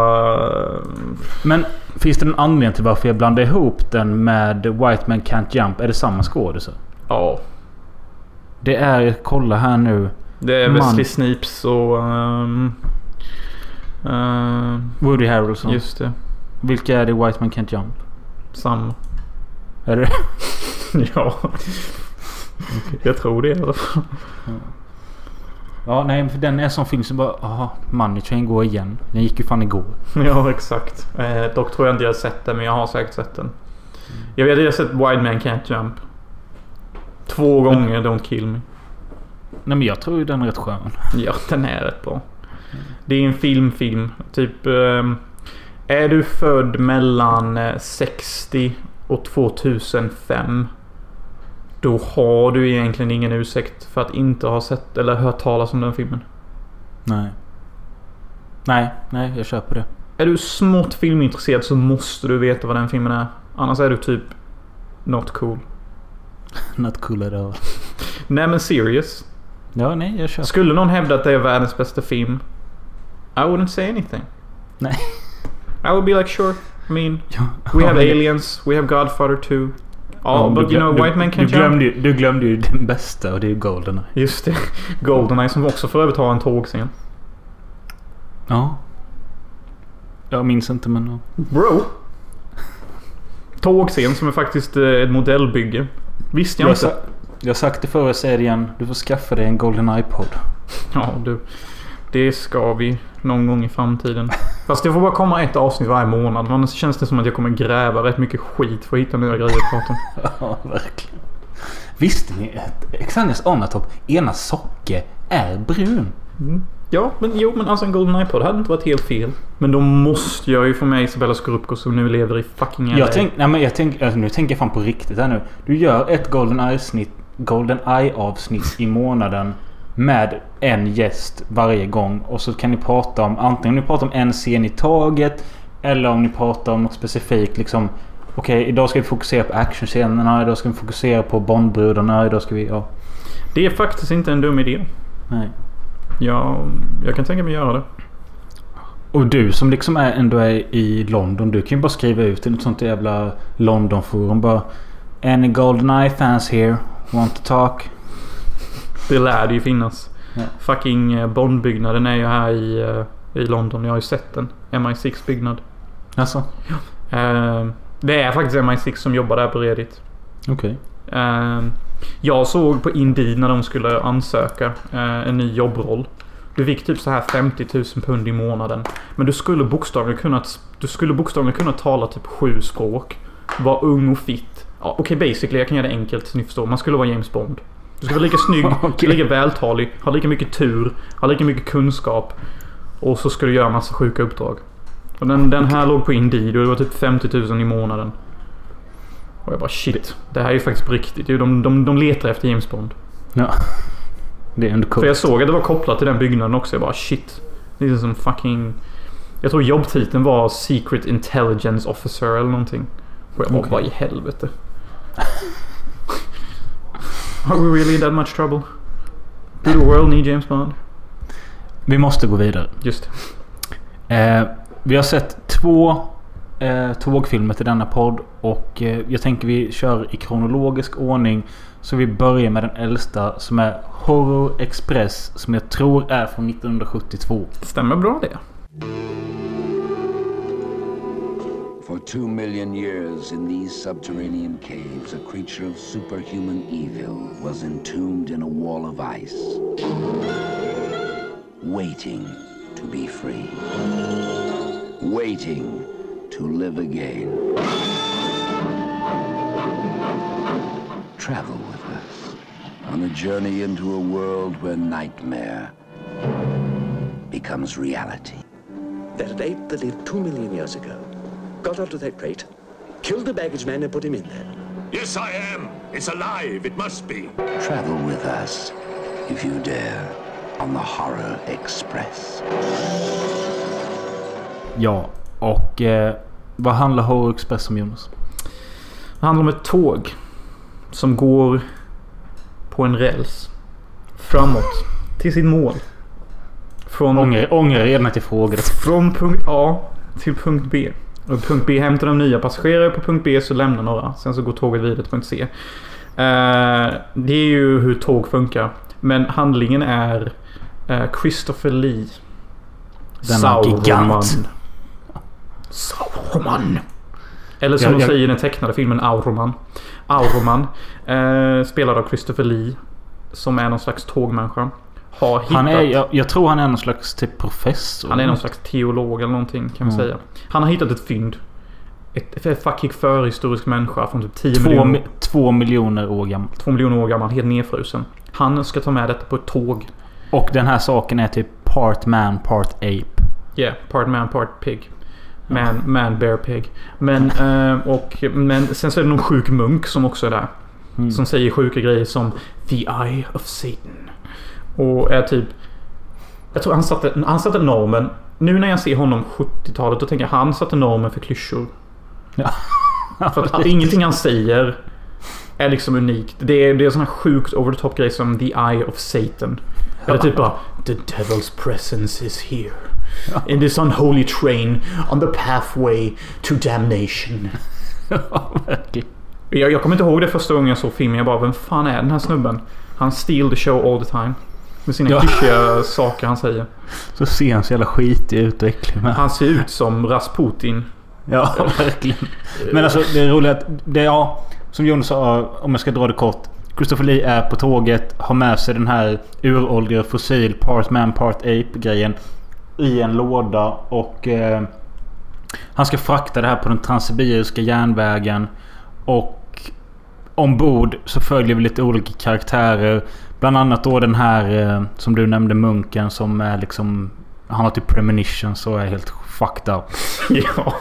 Men finns det en anledning till varför jag blandar ihop den med White Man Can't Jump? Är det samma skådespelare?
Ja,
Det är, kolla här nu,
det är
Man.
Wesley Snipes och... Um, uh,
Woody Harrelson.
just det.
Vilka är det i White Man Can't Jump?
Samma.
Är det?
Ja. Jag tror det i alla fall.
Ja, nej, för den är en sån film som bara, aha, Money Train går igen. Den gick ju fan igår.
Ja, exakt. Eh, dock tror jag inte jag har sett den, men jag har säkert sett den. Jag vet att jag har sett Wild Man Can't Jump. Två gånger, Don't Kill Me.
Nej, men jag tror ju den är rätt skön.
Ja, den är rätt bra. Det är en filmfilm. Typ... ehm, är du född mellan eh, sextio och tvåtusenfem, då har du egentligen ingen ursäkt för att inte ha sett eller hört talas om den filmen.
Nej. Nej, nej, jag köper det.
Är du smått filmintresserad så måste du veta vad den filmen är. Annars är du typ not cool.
Not cool at all.
Nej, men serious.
Ja, nej, jag köper.
Skulle någon hävda att det är världens bästa film, I wouldn't say anything.
Nej.
I would be like, sure. I mean,
Ja.
we have Aliens, we have Godfather two. Ja,
Ja,
but
du
you know,
glöm-
White Man
du,
Can't
du, glömde,
Jump.
ju- du glömde ju den bästa, och det är ju Goldeneye.
Just det. Goldeneye, som också för övrigt har en tågscen.
Ja. Jag minns inte, men... ja.
Bro. Tågscen som är faktiskt eh, ett modellbygge. Visste jag,
Jag,
inte.
sa, jag har sagt det förr, jag säger det igen. Du får skaffa dig en Golden iPod.
Ja, du. Det ska vi någon gång i framtiden. Fast det får bara komma ett avsnitt varje månad. Annars känns det som att jag kommer gräva rätt mycket skit för att hitta nya grejer att prata om.
Ja, verkligen. Visste ni att Xanias Onatopp ena socke är brun?
Mm. Ja, men jo, men alltså en Golden iPod hade inte varit helt fel. Men då måste jag ju få med Isabella Scorupco som nu lever i fucking L A.
Jag tänk, nej, men jag tänk, alltså, nu tänker jag fan på riktigt här nu. Du gör ett Golden Eye-snitt, Golden Eye-avsnitt i månaden med en gäst varje gång. Och så kan ni prata om, antingen ni pratar om en scen i taget, eller om ni pratar om något specifikt liksom. Okej, idag ska vi fokusera på actionscenerna, idag ska vi fokusera på Bondbrudarna, idag ska vi, ja.
Det är faktiskt inte en dum idé.
Nej.
Ja, jag kan tänka mig göra det.
Och du som liksom är, ändå är i London, du kan ju bara skriva ut i något sånt jävla London-forum bara, any GoldenEye fans here want to talk?
Det lär det ju finnas.
Ja.
Fucking eh, Bondbyggnaden är ju här i, eh, i London. Jag har ju sett den. M I sex byggnad.
Alltså,
Eh, det är faktiskt M I sex som jobbar där på Reddit.
okej.
Eh, jag såg på Indeed när de skulle ansöka eh, en ny jobbroll. Du fick typ så här femtio tusen pund i månaden. Men du skulle bokstavligen kunna, du skulle bokstavligen kunna tala typ sju språk. Vara ung och fit. Ja, okej, okay, basically, jag kan göra det enkelt så ni förstår. Man skulle vara James Bond. Du skulle vara lika snygg, okay. lika vältalig, ha lika mycket tur, ha lika mycket kunskap. Och så skulle du göra massa sjuka uppdrag. Och den, den här låg på Indeed och det var typ femtio tusen i månaden. Och jag bara shit, det här är ju faktiskt på riktigt. De, de, de letar efter James Bond.
Ja. Det är ändå coolt.
För jag såg att det var kopplat till den byggnaden också. Jag bara shit. Det är som fucking... Jag tror jobbtiteln var Secret Intelligence Officer eller någonting. Och jag bara, okay. Vad i helvete. Are we really in that much trouble? Do the world need James Bond?
Vi måste gå vidare.
Just
eh, Vi har sett två eh, tågfilmer till denna podd. Och eh, jag tänker vi kör i kronologisk ordning. Så vi börjar med den äldsta som är Horror Express, som jag tror är från nittonhundrasjuttiotvå.
Stämmer bra det.
For two million years in these subterranean caves, a creature of superhuman evil was entombed in a wall of ice, waiting to be free, waiting to live again. Travel with us on a journey into a world where nightmare becomes reality.
There's an ape that lived two million years ago. Got onto that crate, killed the baggage man and put him in there.
Yes, I am. It's alive. It must be.
Travel with us, if you dare, on the Horror Express.
Ja, och eh, vad handlar Horror Express om, Jonas?
Det handlar om ett tåg som går på en räls framåt till sitt mål. Från
ånger, ånger redan till frågor.
Från punkt A till punkt B. Och punkt B hämtar de nya passagerare, på punkt B så lämnar några. Sen så går tåget vidare till punkt C. Uh, det är ju hur tåg funkar. Men handlingen är uh, Christopher Lee.
Denna gigant.
Sauron. Eller som
jag,
de
jag...
säger i den tecknade filmen Auroman. Auroman. Uh, spelad av Christopher Lee. Som är någon slags tågmänniska. Har hittat...
Han är, jag, jag tror han är någon slags typ professor.
Han är någon slags teolog eller någonting kan man mm. säga. Han har hittat ett fynd. Ett, ett fucking förhistorisk människa från typ tio
två,
miljoner.
Två miljoner år gammal.
Två miljoner år gammal, helt nedfrusen. Han ska ta med detta på ett tåg.
Och den här saken är typ part man, part ape.
Yeah, part man, part pig. Man, mm. man bear pig. Men, uh, och, men sen så är det någon sjuk munk som också är där. Mm. Som säger sjuka grejer som The Eye of Satan. Och är typ... Jag tror han satte, han satte normen. Nu när jag ser honom sjuttiotalet, då tänker jag han satte normen för klyschor.
Ja.
För att ingenting han säger är liksom unikt. Det är, det är såna sjukt over the top grejer som The Eye of Satan. Eller typ bara The devil's presence is here. In this unholy train on the pathway to damnation.
Ja, verkligen.
Jag, jag kommer inte ihåg det första gången jag såg filmen. Jag bara, vem fan är den här snubben? Han steal the show all the time. Med sina ja. klyschiga saker han säger.
Så ser han så jävla skitig ut och äcklig med.
Han ser ut som Rasputin.
Ja, verkligen. Men alltså, det är roligt att det är, ja, som Jonas sa, om jag ska dra det kort. Christopher Lee är på tåget, har med sig den här uråldriga fossil part man, part ape-grejen i en låda. Och eh, han ska frakta det här på den transsibiriska järnvägen. Och ombord så följer vi lite olika karaktärer. Bland annat då den här eh, som du nämnde, munken, som är liksom, han har typ premonition, så är helt fucked up.
Ja.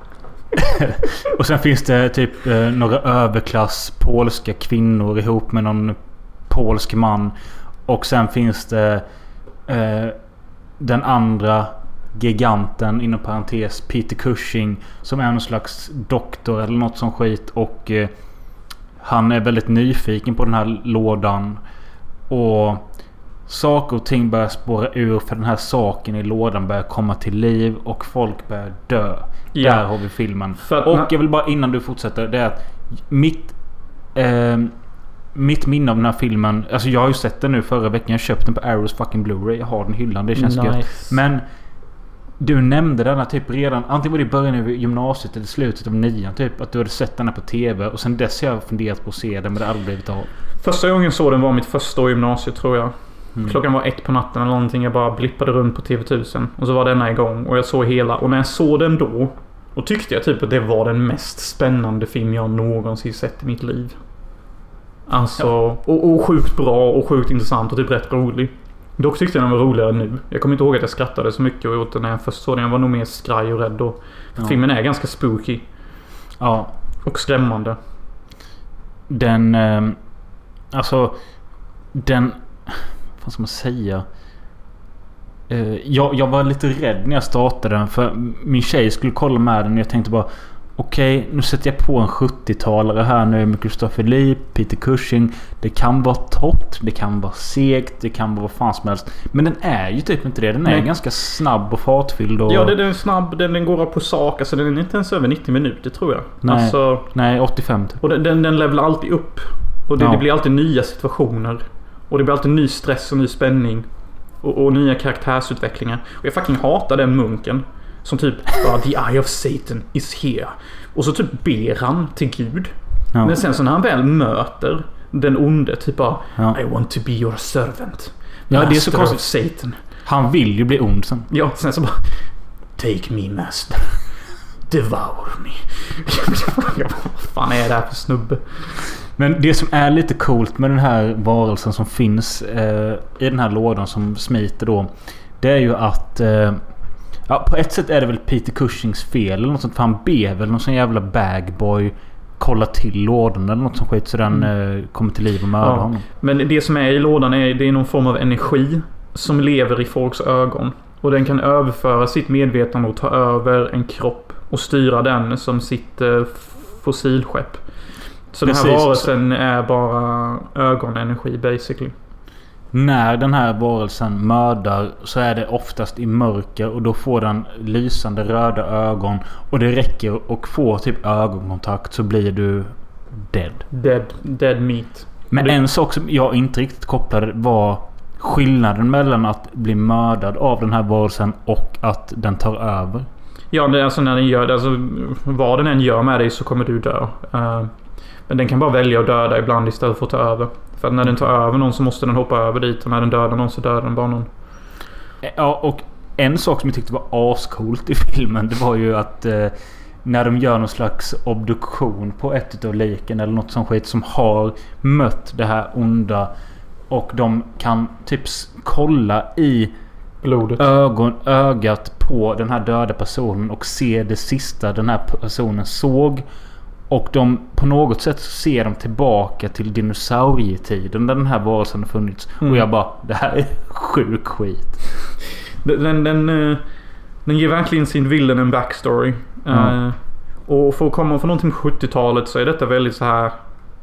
Och sen finns det typ eh, några överklass polska kvinnor ihop med någon polsk man. Och sen finns det eh, den andra giganten, inom parentes Peter Cushing, som är någon slags doktor eller något som skit. Och eh, han är väldigt nyfiken på den här lådan. Och saker och ting börjar spåra ur, för den här saken i lådan börjar komma till liv och folk börjar dö. Ja. Där har vi filmen. För, och jag vill bara, innan du fortsätter, det är att mitt eh, mitt minne av den här filmen, alltså jag har ju sett den nu förra veckan, jag köpte den på Arrows fucking Blu-ray, jag har den i hyllan, det känns nice. Gött. Men du nämnde den här typ redan, antingen var det i början av gymnasiet eller slutet av nian typ, att du hade sett den här på tv, och sen dess har jag funderat på att se den, men det har aldrig blivit av.
Första gången så den var mitt första år i gymnasiet, tror jag. Mm. Klockan var ett på natten eller någonting. Jag bara blippade runt på T V tusen. Och så var denna igång. Och jag såg hela. Och när jag såg den då. Och tyckte jag typ att det var den mest spännande film jag någonsin sett i mitt liv. Alltså. Ja. Och, och sjukt bra och sjukt intressant och typ rätt rolig. Dock tyckte jag den var roligare nu. Jag kommer inte ihåg att jag skrattade så mycket åt den när jag först såg den. Jag var nog mer skraj och rädd. Och ja. Filmen är ganska spooky.
Ja.
Och skrämmande.
Den... Eh, alltså... Den... Vad ska man säga? Eh, jag, jag var lite rädd när jag startade den. För min tjej skulle kolla med den. Och jag tänkte bara... Okej, okay, nu sätter jag på en sjuttiotalare här nu med Christopher Lee, Peter Cushing. Det kan vara torrt, det kan vara segt, det kan vara vad fan som helst. Men den är ju typ inte det. Den är Nej. ganska snabb och fartfylld. Och...
Ja, den är snabb, den, den går på sak. Alltså den är inte ens över nittio minuter tror jag.
Nej,
alltså,
Nej åttiofem typ.
Och den, den, den levelar alltid upp. Och det, ja. det blir alltid nya situationer. Och det blir alltid ny stress och ny spänning. Och, och nya karaktärsutvecklingar. Och jag fucking hatar den munken. Som typ bara, the eye of Satan is here. Och så typ ber han till Gud. Ja. Men sen så när han väl möter den onde typ bara, ja. I want to be your servant.
Ja, det är så konstigt.
Satan.
Han vill ju bli ond sen.
Ja, sen så bara, take me master. Devour me. Vad fan är det här för snubbe?
Men det som är lite coolt med den här varelsen som finns eh, i den här lådan som smiter då. Det är ju att eh, ja, på ett sätt är det väl Peter Cushings fel eller något sånt, för han ber väl någon sån jävla bagboy kolla till lådan eller något som skit så den mm. eh, kommer till liv och mördar
ja.
honom.
Men det som är i lådan är, det är någon form av energi som lever i folks ögon. Och den kan överföra sitt medvetande och ta över en kropp och styra den som sitt eh, fossilskepp. Så Precis. Den här varelsen är bara ögonenergi basically.
När den här varelsen mördar så är det oftast i mörker och då får den lysande röda ögon och det räcker att få typ ögonkontakt så blir du dead.
Dead, dead meat.
Men
det...
en sak som jag inte riktigt kopplade var skillnaden mellan att bli mördad av den här varelsen och att den tar över.
Ja, det är alltså när den gör det, alltså vad den än gör med dig så kommer du dö. Uh, men den kan bara välja att döda ibland istället för att ta över. För att när den tar över någon så måste den hoppa över dit. Och när den dödar någon så dödar den bara någon.
Ja, och en sak som jag tyckte var ascoolt i filmen, det var ju att eh, när de gör någon slags obduktion på ett utav liken eller något som skit som har mött det här onda och de kan typ kolla i
blodet,
ögon, ögat på den här döda personen och se det sista den här personen såg. Och de på något sätt ser de tillbaka till dinosaurietiden där den här varelsen har funnits. Mm. Och jag bara, det här är sjuk skit.
Den, den, den, den ger verkligen sin villen en backstory. Mm. Uh, och för att komma från någonting på sjuttiotalet så är detta väldigt så här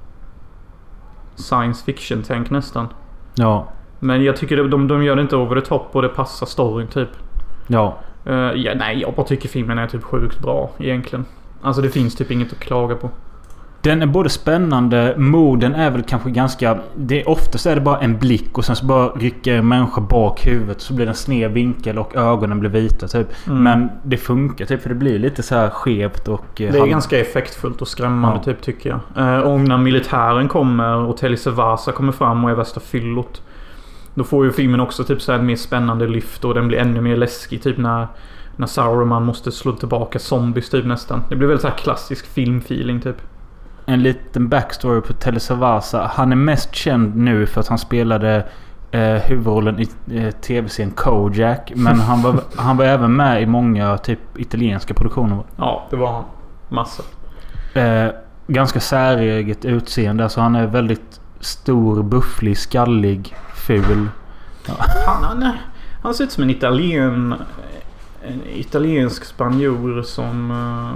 science fiction-tänk nästan.
Ja.
Men jag tycker de, de gör det inte over the top och det passar storyn typ.
Ja.
Uh, ja nej, jag bara tycker filmen är typ sjukt bra egentligen. Alltså det finns typ inget att klaga på.
Den är både spännande, moden är väl kanske ganska... Det är oftast är det bara en blick och sen så bara rycker en människa bak huvudet så blir den sned vinkel och ögonen blir vita typ. Mm. Men det funkar typ för det blir lite så här skevt och...
Det är hand... ganska effektfullt och skrämmande ja. typ tycker jag. Eh, och när militären kommer och Telly Savalas kommer fram och är värsta fyllot. Då får ju filmen också typ så här en mer spännande lyft och den blir ännu mer läskig typ när... När Sauron måste slå tillbaka zombies typ nästan. Det blir väl så här klassisk filmfeeling typ.
En liten backstory på Telly Savalas. Han är mest känd nu för att han spelade eh, huvudrollen i eh, tv-serien Kojak. Men han var, han var även med i många typ italienska produktioner.
Ja, det var han. Massa.
Eh, ganska säreget utseende. Så han är väldigt stor, bufflig, skallig, ful.
Ja. Han, han, han ser ut som en italien... En italiensk spanjor som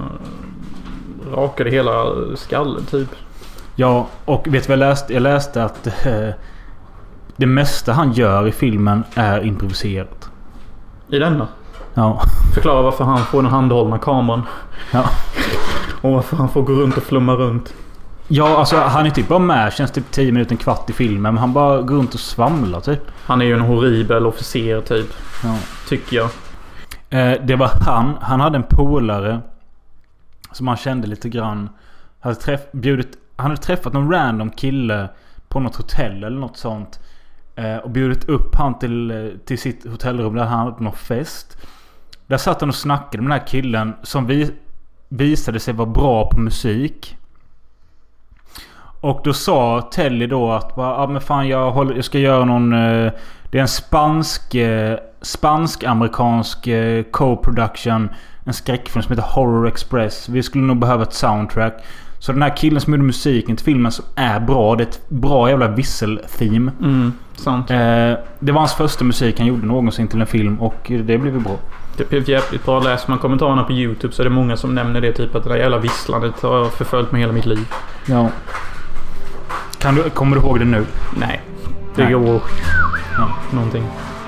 uh, rakade hela skallen typ.
Ja, och vet du vad jag läste? Jag läste att uh, det mesta han gör i filmen är improviserat.
I denna?
Ja.
Förklara varför han får den handhållna kameran.
Ja.
Och varför han får gå runt och flumma runt.
Ja, alltså han är typ bara med. Känns typ tio minuter, en kvart i filmen. Men han bara går runt och svamlar typ. Han
är ju en horribel officer typ.
Ja.
Tycker jag.
Det var han. Han hade en polare som han kände lite grann. Hade träff, bjudit, han hade träffat någon random kille på något hotell eller något sånt. Eh, och bjudit upp han till, till sitt hotellrum där han hade någon fest. Där satt han och snackade med den här killen som vi, visade sig vara bra på musik. Och då sa Telly då att ja ah, men fan jag, håller, jag ska göra någon eh, det är en spansk eh, spansk-amerikansk eh, co-production, en skräckfilm som heter Horror Express. Vi skulle nog behöva ett soundtrack. Så den här killen som gjorde musiken till filmen som är bra, det är ett bra jävla whistle-theme.
Mm, sant.
Eh, det var hans första musik han gjorde någonsin till en film och det blev bra.
Det blev jävligt bra. Läser man kommentarerna på YouTube så är det många som nämner det, typ att det där jävla visslandet har förföljt mig hela mitt liv.
Ja. Kan du, kommer du ihåg det nu?
Nej. Det
Nej.
går
Ja.
någonting.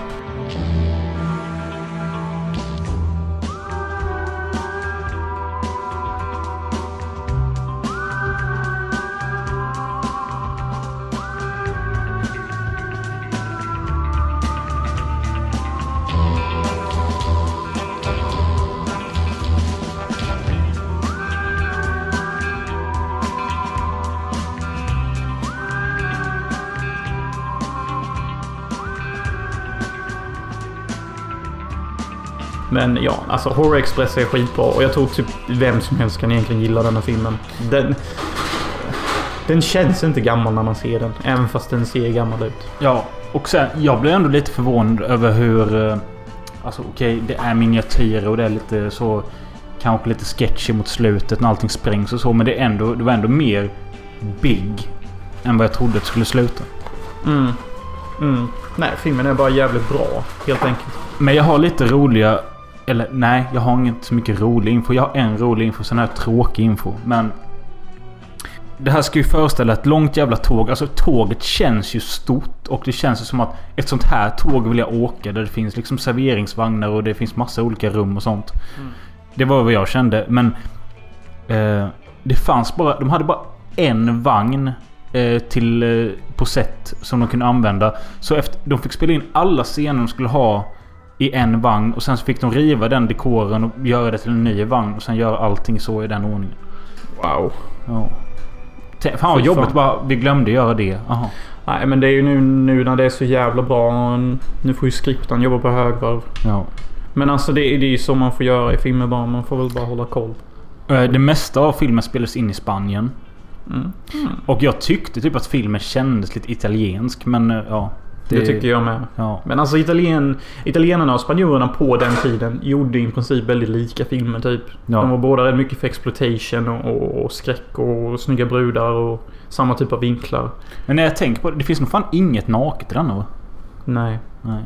Men ja, alltså Horror Express är skitbra. Och jag tror typ vem som helst kan egentligen gilla den här filmen. Den, den känns inte gammal när man ser den. Även fast den ser gammal ut.
Ja, och sen jag blev ändå lite förvånad över hur alltså okej, okay, det är miniatyrer och det är lite så kanske lite sketchy mot slutet när allting sprängs och så, men det är ändå det var ändå mer big än vad jag trodde det skulle sluta.
Mm. Mm. Nej, filmen är bara jävligt bra, helt enkelt.
Men jag har lite roliga eller nej, jag har inte så mycket rolig info. Jag har en rolig info, sen här tråkig info. Men det här ska ju föreställa ett långt jävla tåg. Alltså tåget känns ju stort. Och det känns ju som att ett sånt här tåg vill jag åka. Där det finns liksom serveringsvagnar och det finns massa olika rum och sånt. Mm. Det var vad jag kände. Men eh, det fanns bara, de hade bara en vagn eh, till eh, på set som de kunde använda. Så efter, de fick spela in alla scener de skulle ha i en vagn. Och sen så fick de riva den dekoren och göra det till en ny vagn. Och sen göra allting så i den ordningen.
Wow.
Ja. Fan vad jobbigt, bara vi glömde göra det. Aha.
Nej, men det är ju nu, nu när det är så jävla bra. Nu får ju skriptan jobba på högvarv.
Ja.
Men alltså det är ju så man får göra i filmer bara. Man får väl bara hålla koll.
Det mesta av filmen spelades in i Spanien.
Mm. Mm.
Och jag tyckte typ att filmen kändes lite italiensk. Men ja.
Det, det tycker jag med.
Ja.
Men alltså Italien, italienarna och spanjorerna på den tiden gjorde i princip väldigt lika filmer typ. Ja. De var båda rätt mycket för exploitation och, och, och skräck och snygga brudar och samma typ av vinklar.
Men när jag tänker på det, det finns nog fan inget naket i denna, va?
Nej.
Nej.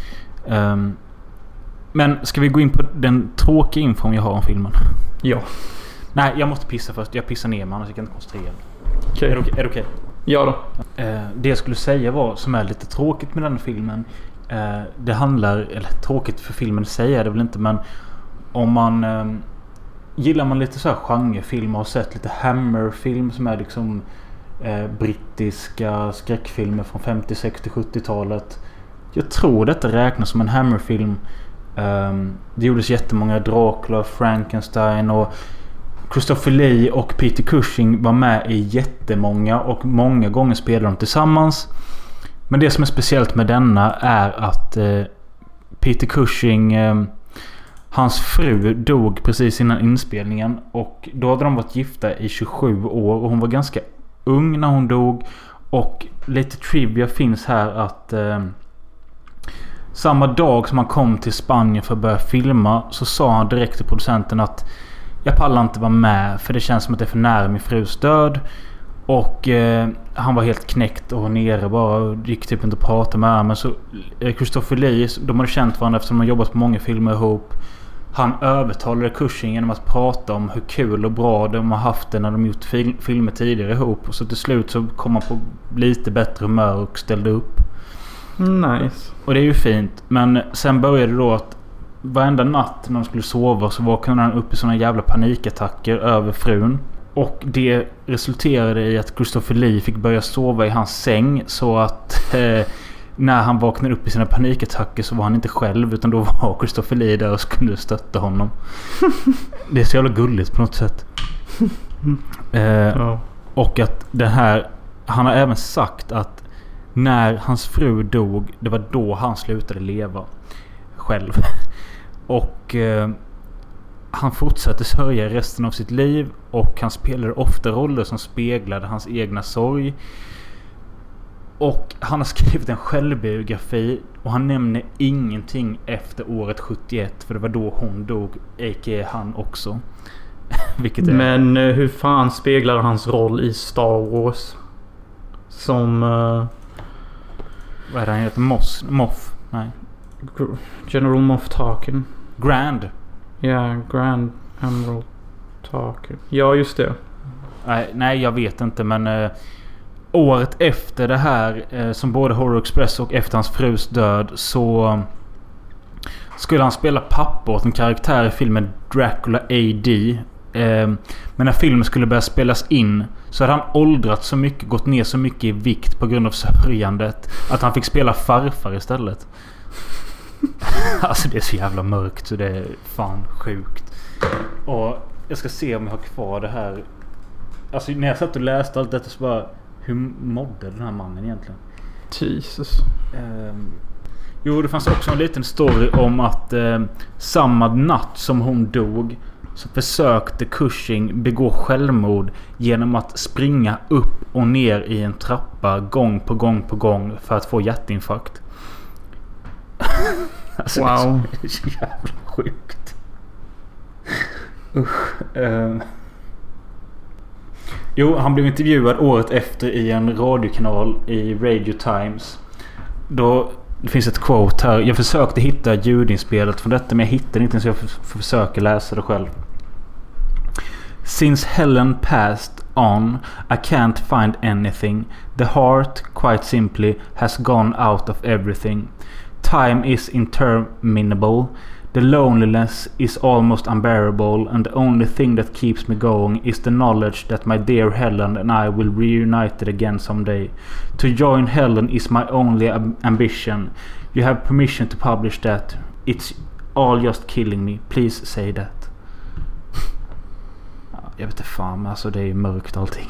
Um, men ska vi gå in på den tråkiga infon jag har om filmen?
Ja.
Nej, jag måste pissa först. Jag pissar ner mig, annars jag kan inte koncentrera.
Okay.
Är det okej? Okay? Okay?
Ja då.
Eh, det jag skulle säga var, som är lite tråkigt med den filmen, eh, det handlar, eller tråkigt för filmen säger jag det väl inte, men om man eh, gillar man lite så här genrefilmer och har sett lite Hammer-film som är liksom eh, brittiska skräckfilmer från femtio, sextio, sjuttiotalet. Jag tror detta räknas som en Hammer-film. Eh, det gjordes jättemånga Dracula, Frankenstein och Christopher Lee och Peter Cushing var med i jättemånga och många gånger spelade de tillsammans. Men det som är speciellt med denna är att eh, Peter Cushing, eh, hans fru dog precis innan inspelningen och då hade de varit gifta i tjugosju år och hon var ganska ung när hon dog. Och lite trivia finns här att eh, samma dag som han kom till Spanien för att börja filma så sa han direkt till producenten att jag pallar inte vara med för det känns som att det är för nära min frus död. Och eh, han var helt knäckt och nere bara och gick typ inte att prata med honom. Men så eh, Christopher Lee, de hade känt varandra eftersom de har jobbat på många filmer ihop. Han övertalade Cushing genom att prata om hur kul och bra de har haft det när de gjort fil- filmer tidigare ihop. Och så till slut så kom han på lite bättre humör och ställde upp.
Nice.
Och det är ju fint. Men sen började det då att varenda natt när de skulle sova så vaknade han upp i såna jävla panikattacker över frun. Och det resulterade i att Christopher Lee fick börja sova i hans säng så att eh, när han vaknade upp i sina panikattacker så var han inte själv utan då var Christopher Lee där och skulle stötta honom. Det är så jävla gulligt på något sätt. Eh,
ja.
Och att det här, han har även sagt att när hans fru dog, det var då han slutade leva själv. Och eh, han fortsatte sörja resten av sitt liv, och han spelade ofta roller som speglade hans egna sorg. Och han har skrivit en självbiografi, och han nämner ingenting efter året sjuttioett, för det var då hon dog, a k a han också. Vilket är...
Men uh, hur fan speglar hans roll i Star Wars? Som... Uh...
Vad är det han heter? Moss? Moff? Nej.
General Moff Tarkin.
Grand.
Ja, yeah, Grand Admiral Tarkin. Ja, just det.
Nej, nej jag vet inte, men... Uh, året efter det här, uh, som både Horror Express och efter hans frus död, så... Uh, skulle han spela pappa åt en karaktär i filmen Dracula A D. Eh, men när filmen skulle börja spelas in så hade han åldrat så mycket, gått ner så mycket i vikt på grund av sörjandet, att han fick spela farfar istället. Alltså det är så jävla mörkt så det är fan sjukt. Och jag ska se om jag har kvar det här. Alltså när jag satt och läste allt detta så bara, hur mådde den här mannen egentligen?
Jesus.
Eh, Jo, det fanns också en liten story om att eh, samma natt som hon dog så försökte Cushing begå självmord genom att springa upp och ner i en trappa gång på gång på gång för att få hjärtinfarkt. Alltså,
wow.
Det är så jävla sjukt. Usch. Eh. Jo, han blev intervjuad året efter i en radiokanal i Radio Times. Då det finns ett quote här. Jag försökte hitta ljudinspelet från detta, men jag hittade inte, så jag får försöka läsa det själv. Since Helen passed on, I can't find anything. The heart, quite simply, has gone out of everything. Time is interminable. The loneliness is almost unbearable, and the only thing that keeps me going is the knowledge that my dear Helen and I will reunite again someday. To join Helen is my only ab- ambition. You have permission to publish that. It's all just killing me. Please say that. Jag vet inte fan, alltså det är mörkt allting.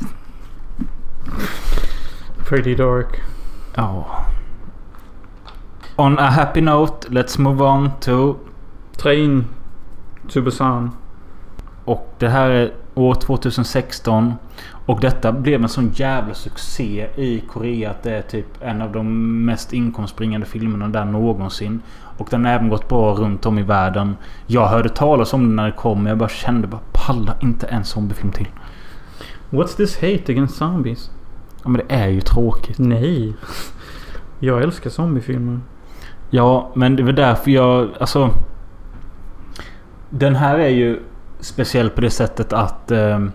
Pretty dark.
Ja. Oh. On a happy note, let's move on to
Train to Busan.
Och det här är år tjugohundrasexton. Och detta blev en sån jävla succé i Korea att det är typ en av de mest inkomstbringande filmerna där någonsin. Och den har även gått bra runt om i världen. Jag hörde talas om den när det kom. Jag bara kände bara, palla inte en zombiefilm till.
What's this hate against zombies?
Ja, men det är ju tråkigt.
Nej. Jag älskar zombiefilmer.
Ja, men det var därför jag... Alltså... Den här är ju speciell på det sättet att... Eh,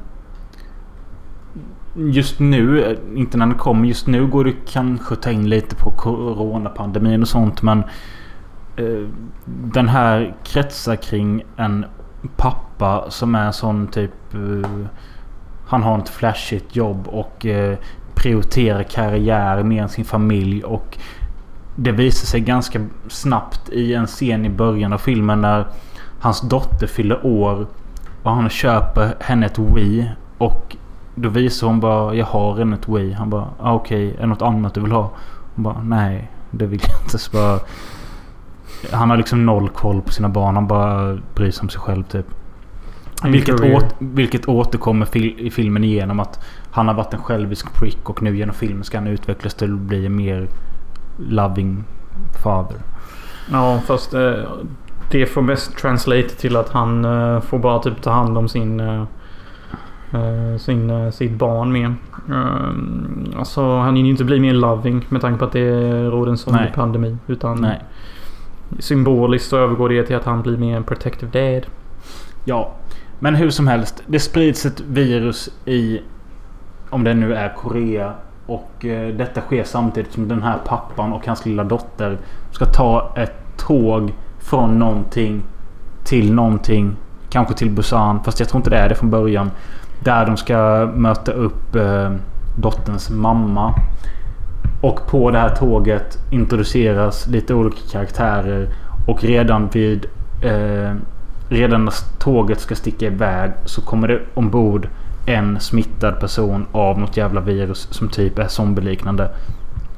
just nu, inte när den kommer, just nu går det kanske ta in lite på coronapandemin och sånt, men... Eh, den här kretsar kring en pappa som är sån typ... Eh, han har ett flashigt jobb och... Eh, prioriterar karriär mer än sin familj, och det visar sig ganska snabbt i en scen i början av filmen när hans dotter fyller år och han köper henne ett Wii, och då visar hon bara, jag har redan ett Wii. Han bara, ah, okej, okay, är det något annat du vill ha? Hon bara, nej, det vill jag inte. Så bara, han har liksom noll koll på sina barn, han bara bryr sig om sig själv typ. Vilket, åt, vilket återkommer fil, i filmen igenom att han har varit en självisk prick, och nu genom filmen ska han utvecklas till att bli en mer loving father.
Ja, fast eh, det får mest translate till att han eh, får bara typ ta hand om sin eh, sin, eh, sitt barn med. Eh, alltså han är ju inte bli mer loving med tanke på att det råder en sån pandemi, utan
Nej.
symboliskt så övergår det till att han blir mer en protective dad.
Ja, men hur som helst, det sprids ett virus i, om det nu är Korea, och eh, detta sker samtidigt som den här pappan och hans lilla dotter ska ta ett tåg från någonting till någonting, kanske till Busan, fast jag tror inte det är det från början, där de ska möta upp eh, dotterns mamma. Och på det här tåget introduceras lite olika karaktärer, och redan vid eh, redan när tåget ska sticka iväg så kommer det ombord en smittad person av något jävla virus som typ är zombieliknande.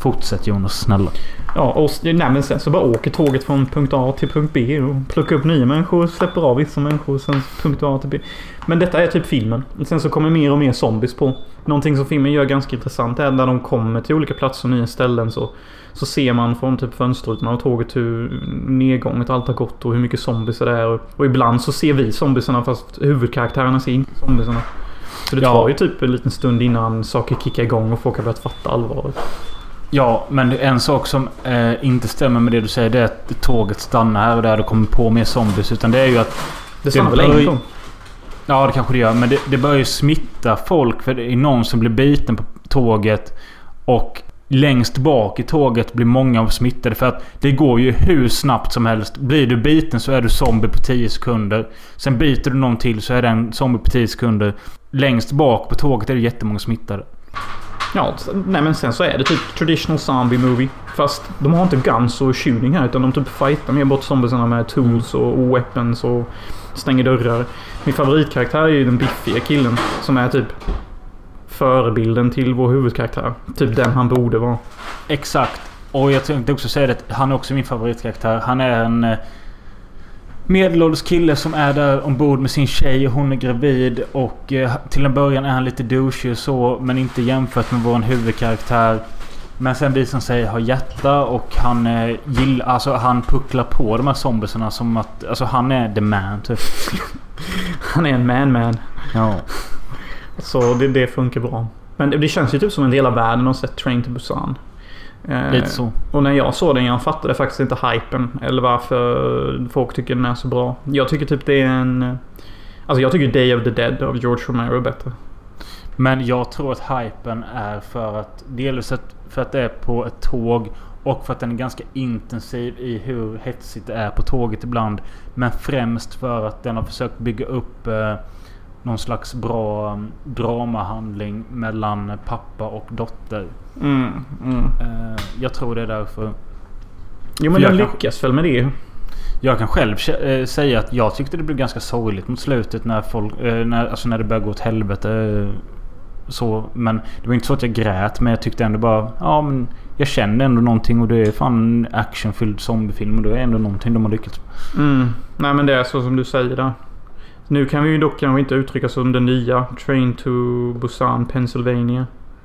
Fortsätt Jonas, snälla.
Ja, och nej, men sen så bara åker tåget från punkt A till punkt B och plockar upp nya människor och släpper av vissa människor sen punkt A till B. Men detta är typ filmen. Och sen så kommer mer och mer zombies på. Någonting som filmen gör ganska intressant är när de kommer till olika platser och nya ställen så, så ser man från typ fönsterrutorna av tåget hur nedgånget allt har gått och hur mycket zombies det är. Och, och ibland så ser vi zombiesarna fast huvudkaraktärerna ser inte zombiesarna. Så det
Ja.
tar ju typ en liten stund innan saker kickar igång och folk har börjat fatta allvaret.
Ja, men en sak som eh, inte stämmer med det du säger, det är att tåget stannar här och där det kommer på mer zombies. Utan det är ju att...
Det stannar väl en gång?
Ja, det kanske det gör. Men det, det börjar ju smitta folk. För det är någon som blir biten på tåget. Och längst bak i tåget blir många smittade. För att det går ju hur snabbt som helst. Blir du biten så är du zombie på tio sekunder. Sen biter du någon till så är den zombie på tio sekunder. Längst bak på tåget är det jättemånga smittade.
Ja, nej men sen så är det typ traditional zombie movie. Fast de har inte guns och shooting här utan de typ fightar mer bort zombiesarna med tools och weapons och stänger dörrar. Min favoritkaraktär är ju den biffiga killen som är typ förebilden till vår huvudkaraktär. Typ den han borde vara.
Exakt. Och jag tänkte också säga att han är också min favoritkaraktär. Han är en eh, medelålders kille som är där ombord med sin tjej och hon är gravid. Och eh, till en början är han lite douchey och så, men inte jämfört med vår huvudkaraktär. Men sen visar han sig ha hjärta och han eh, gillar, alltså han pucklar på de här zombiesarna som att, alltså han är the man typ.
Han är en man-man.
Ja.
Så det, det funkar bra. Men det, det känns ju typ som en del av världen har sett Train to Busan. Eh,
Lite så.
Och när jag såg den, jag fattade faktiskt inte hypen. Eller varför folk tycker den är så bra. Jag tycker typ det är en... Alltså jag tycker Day of the Dead av George Romero är bättre.
Men jag tror att hypen är för att delvis för att det är på ett tåg och för att den är ganska intensiv i hur hetsigt det är på tåget ibland. Men främst för att den har försökt bygga upp eh, någon slags bra um, dramahandling mellan pappa och dotter.
Mm, mm.
Eh, jag tror det är därför.
Jo men
jag
den
kan,
lyckas väl med det.
Jag kan själv äh, säga att jag tyckte det blev ganska sorgligt mot slutet när folk, äh, när, alltså när det började gå åt helvete. Äh, så, men det var inte så att jag grät, men jag tyckte ändå bara, ja men jag kände ändå någonting och det är fan en actionfylld zombiefilm och det är ändå någonting de har lyckats.
Mm. Nej men det är så som du säger där. Nu kan vi ju dock kanske inte uttrycka som den nya Train to Busan, Pennsylvania.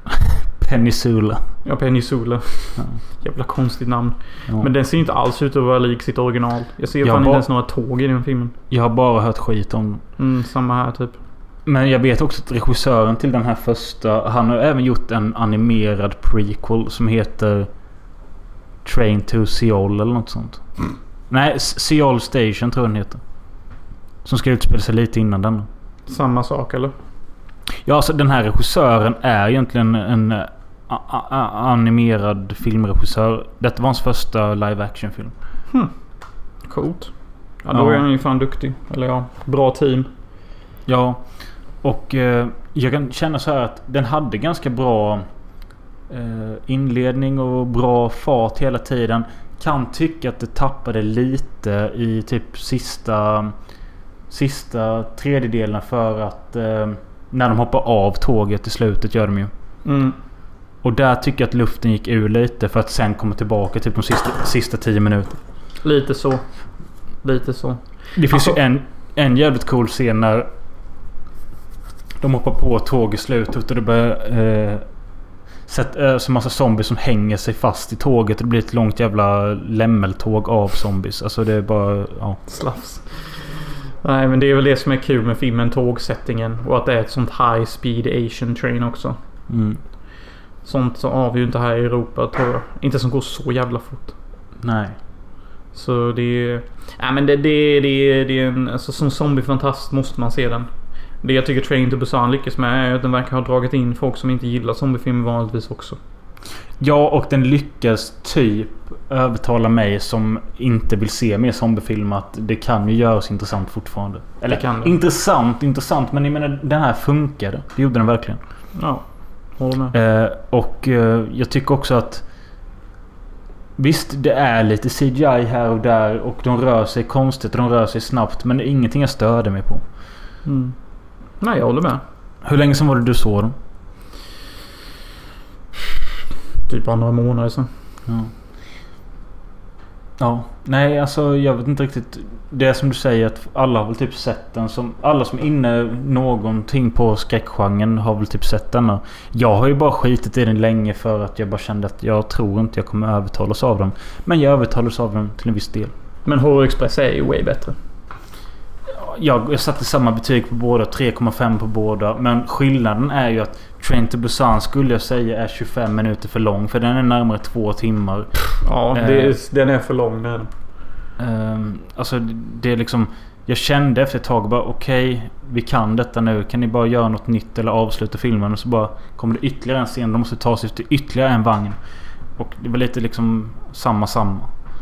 Peninsula.
Ja, Peninsula.
Ja.
Jävla konstigt namn.
Ja.
Men den ser inte alls ut att vara lik sitt original. Jag ser
Jag
fan
bara-
inte ens några tåg i den filmen.
Jag har bara hört skit om.
Mm, samma här typ.
Men jag vet också att regissören till den här första, han har även gjort en animerad prequel som heter Train to Seoul eller något sånt. Mm. Nej, Seoul Station tror jag den heter. Som ska utspela sig lite innan den.
Samma sak eller?
Ja, alltså den här regissören är egentligen en a- a- animerad filmregissör. Detta var hans första live action film.
Hmm. Coolt. Ja, då
Ja.
är han ju fan duktig. Eller ja, bra team.
Ja, och eh, jag kan känna så här att den hade ganska bra eh, inledning och bra fart hela tiden. Kan tycka att det tappade lite i typ sista sista tredjedelen för att eh, när de hoppar av tåget i slutet gör de ju.
Mm.
Och där tycker jag att luften gick ur lite för att sen komma tillbaka typ de sista, sista tio minuter.
Lite så. Lite så.
Det finns
Alltså-
ju en, en jävligt cool scen när de hoppar på tåg i slutet och det börjar eh, sätta äh, så massa zombies som hänger sig fast i tåget. Det blir ett långt jävla lämmeltåg av zombies. Alltså det är bara, ja.
Slafs. Nej, men det är väl det som är kul med filmen, tågsättningen. Och att det är ett sånt high speed Asian train också.
Mm.
Sånt så har vi ju inte här i Europa, tror jag. Inte som går så jävla fort.
Nej.
Så det är... Nej, men det, det, det, det är en... Alltså som zombiefantast måste man se den. Det jag tycker Train to Busan lyckas med är att den verkar ha dragit in folk som inte gillar zombiefilm vanligtvis också.
Ja, och den lyckas typ övertala mig som inte vill se mer zombiefilm att det kan ju göras intressant fortfarande. Eller
Det kan det.
intressant, intressant. Men jag menar, den här funkade. Det gjorde den verkligen.
Ja, håller med.
Eh, och eh, jag tycker också att visst, det är lite C G I här och där och de rör sig konstigt och de rör sig snabbt, men det är ingenting jag störde mig på.
Mm. Nej, jag håller med.
Hur länge sedan var det du såg dem?
Typ bara några månader sedan.
Ja. Ja, nej alltså jag vet inte riktigt. Det är som du säger att alla har väl typ sett den. Som, alla som är inne någonting på skräckgenren har väl typ sett den. Jag har ju bara skitit i den länge för att jag bara kände att jag tror inte jag kommer övertalas av den. Men jag övertalas av den till en viss del.
Men Horror Express är ju way bättre.
Jag, jag satte samma betyg på båda, tre komma fem på båda. Men skillnaden är ju att Train to Busan skulle jag säga är tjugofem minuter för lång. För den är närmare två timmar.
Ja, det är, den är för lång. Den.
Um, alltså det är liksom... Jag kände efter ett tag bara okej, okay, vi kan detta nu. Kan ni bara göra något nytt eller avsluta filmen? Och så bara kommer det ytterligare en scen. De måste ta sig till ytterligare en vagn. Och det var lite liksom samma samma.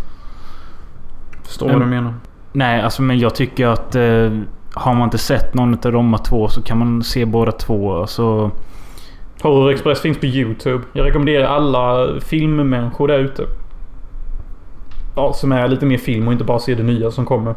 Förstår vad du menar.
Nej, alltså men jag tycker att eh, har man inte sett någon av de här två så kan man se båda två. Alltså...
Horror Express finns på YouTube. Jag rekommenderar alla filmmänniskor där ute. Ja, som är lite mer film och inte bara se det nya som kommer.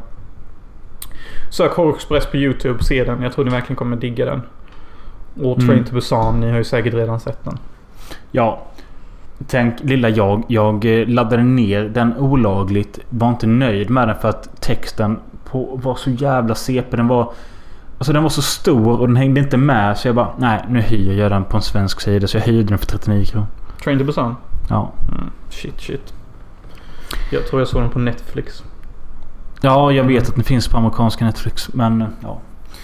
Sök Horror Express på YouTube, se den. Jag tror ni verkligen kommer digga den. Och Train mm. to Busan, ni har ju säkert redan sett den.
Ja. Tänk, lilla jag, jag laddade ner den olagligt. Var inte nöjd med den för att texten på, var så jävla C P. Den var, alltså den var så stor och den hängde inte med. Så jag bara, nej, nu hyr jag den på en svensk sida. Så jag hyrde den för trettionio kronor.
Train to Busan?
Ja.
Mm, shit, shit. Jag tror jag såg den på Netflix.
Ja, jag vet att den finns på amerikanska Netflix. Men ja.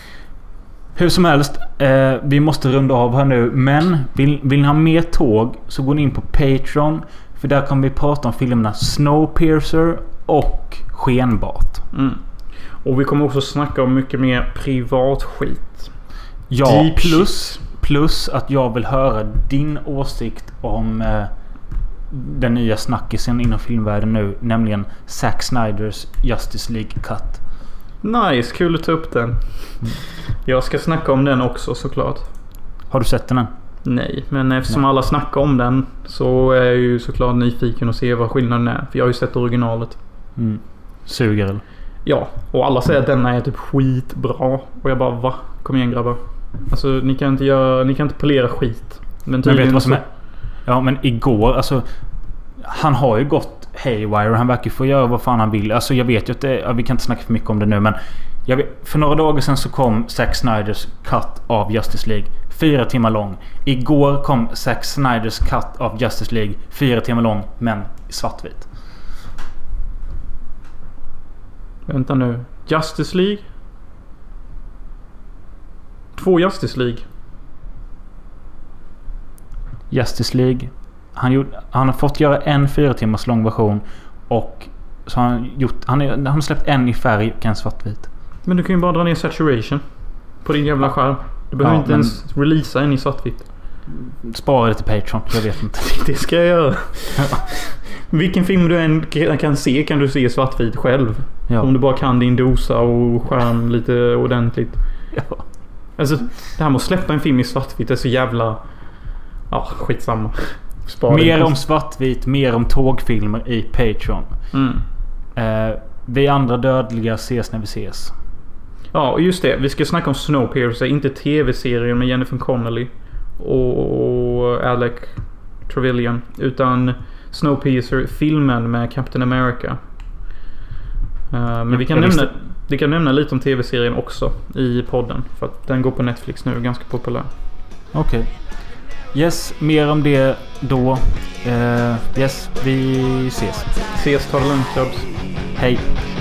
Hur som helst, eh, vi måste runda av här nu. Men vill, vill ni ha mer tåg så gå in på Patreon. För där kommer vi prata om filmerna Snowpiercer och Skenbart.
Mm. Och vi kommer också snacka om mycket mer privat skit.
Ja,
Deep
plus,
shit.
plus att jag vill höra din åsikt om eh, den nya snackisen inom filmvärlden nu. Nämligen Zack Snyders Justice League Cut.
Nice, kul att ta upp den. Jag ska snacka om den också såklart.
Har du sett den än?
Nej, men eftersom
Nej.
alla snackar om den så är jag ju såklart nyfiken att se vad skillnaden är. För jag har ju sett originalet.
Mm. Suger eller?
Ja, och alla säger att denna är typ skitbra. Och jag bara, va? Kom igen grabbar. Alltså, ni kan inte göra, ni kan inte polera skit. Men
Men vet du vad som
så...
är? Ja, men igår, alltså han har ju gått haywire och han verkar få göra vad fan han vill. Alltså jag vet ju att det, ja, vi kan inte snacka för mycket om det nu, men jag vet, för några dagar sedan så kom Zack Snyders cut av Justice League. Fyra timmar lång. Igår kom Zack Snyders cut av Justice League. Fyra timmar lång, men svartvit.
Vänta nu. Justice League? Två Justice League?
Justice League. Han, gjort, han har fått göra en fyra timmars lång version. Och så har han gjort, han, är, han har släppt en i färg och en svartvit.
Men du kan ju bara dra ner saturation på din jävla skärm. Du behöver
Ja,
inte
men...
ens releasa en i svartvitt.
Spara det till Patreon, jag vet inte.
Det ska jag göra. Vilken film du än kan se kan du se svartvit själv.
Ja.
Om du bara kan din dosa och skärm lite ordentligt.
Ja.
Alltså, det här med att släppa en film i svartvitt är så jävla... Ja, skitsamma. Spara
Mer om svartvit, mer om tågfilmer i Patreon.
Mm.
Eh, vi andra dödliga ses när vi ses.
Ja, och just det. Vi ska snacka om Snowpiercer, inte tv-serien med Jennifer Connelly och Alec Trevelyan, utan Snowpiercer, filmen med Captain America. Uh, men vi kan, nämna, vi kan nämna lite om tv-serien också i podden, för att den går på Netflix nu, ganska populär.
Okej. Okay. Yes, mer om det då. Uh, yes, vi ses.
Ses, ta det lugnt, Jobs.
Hej.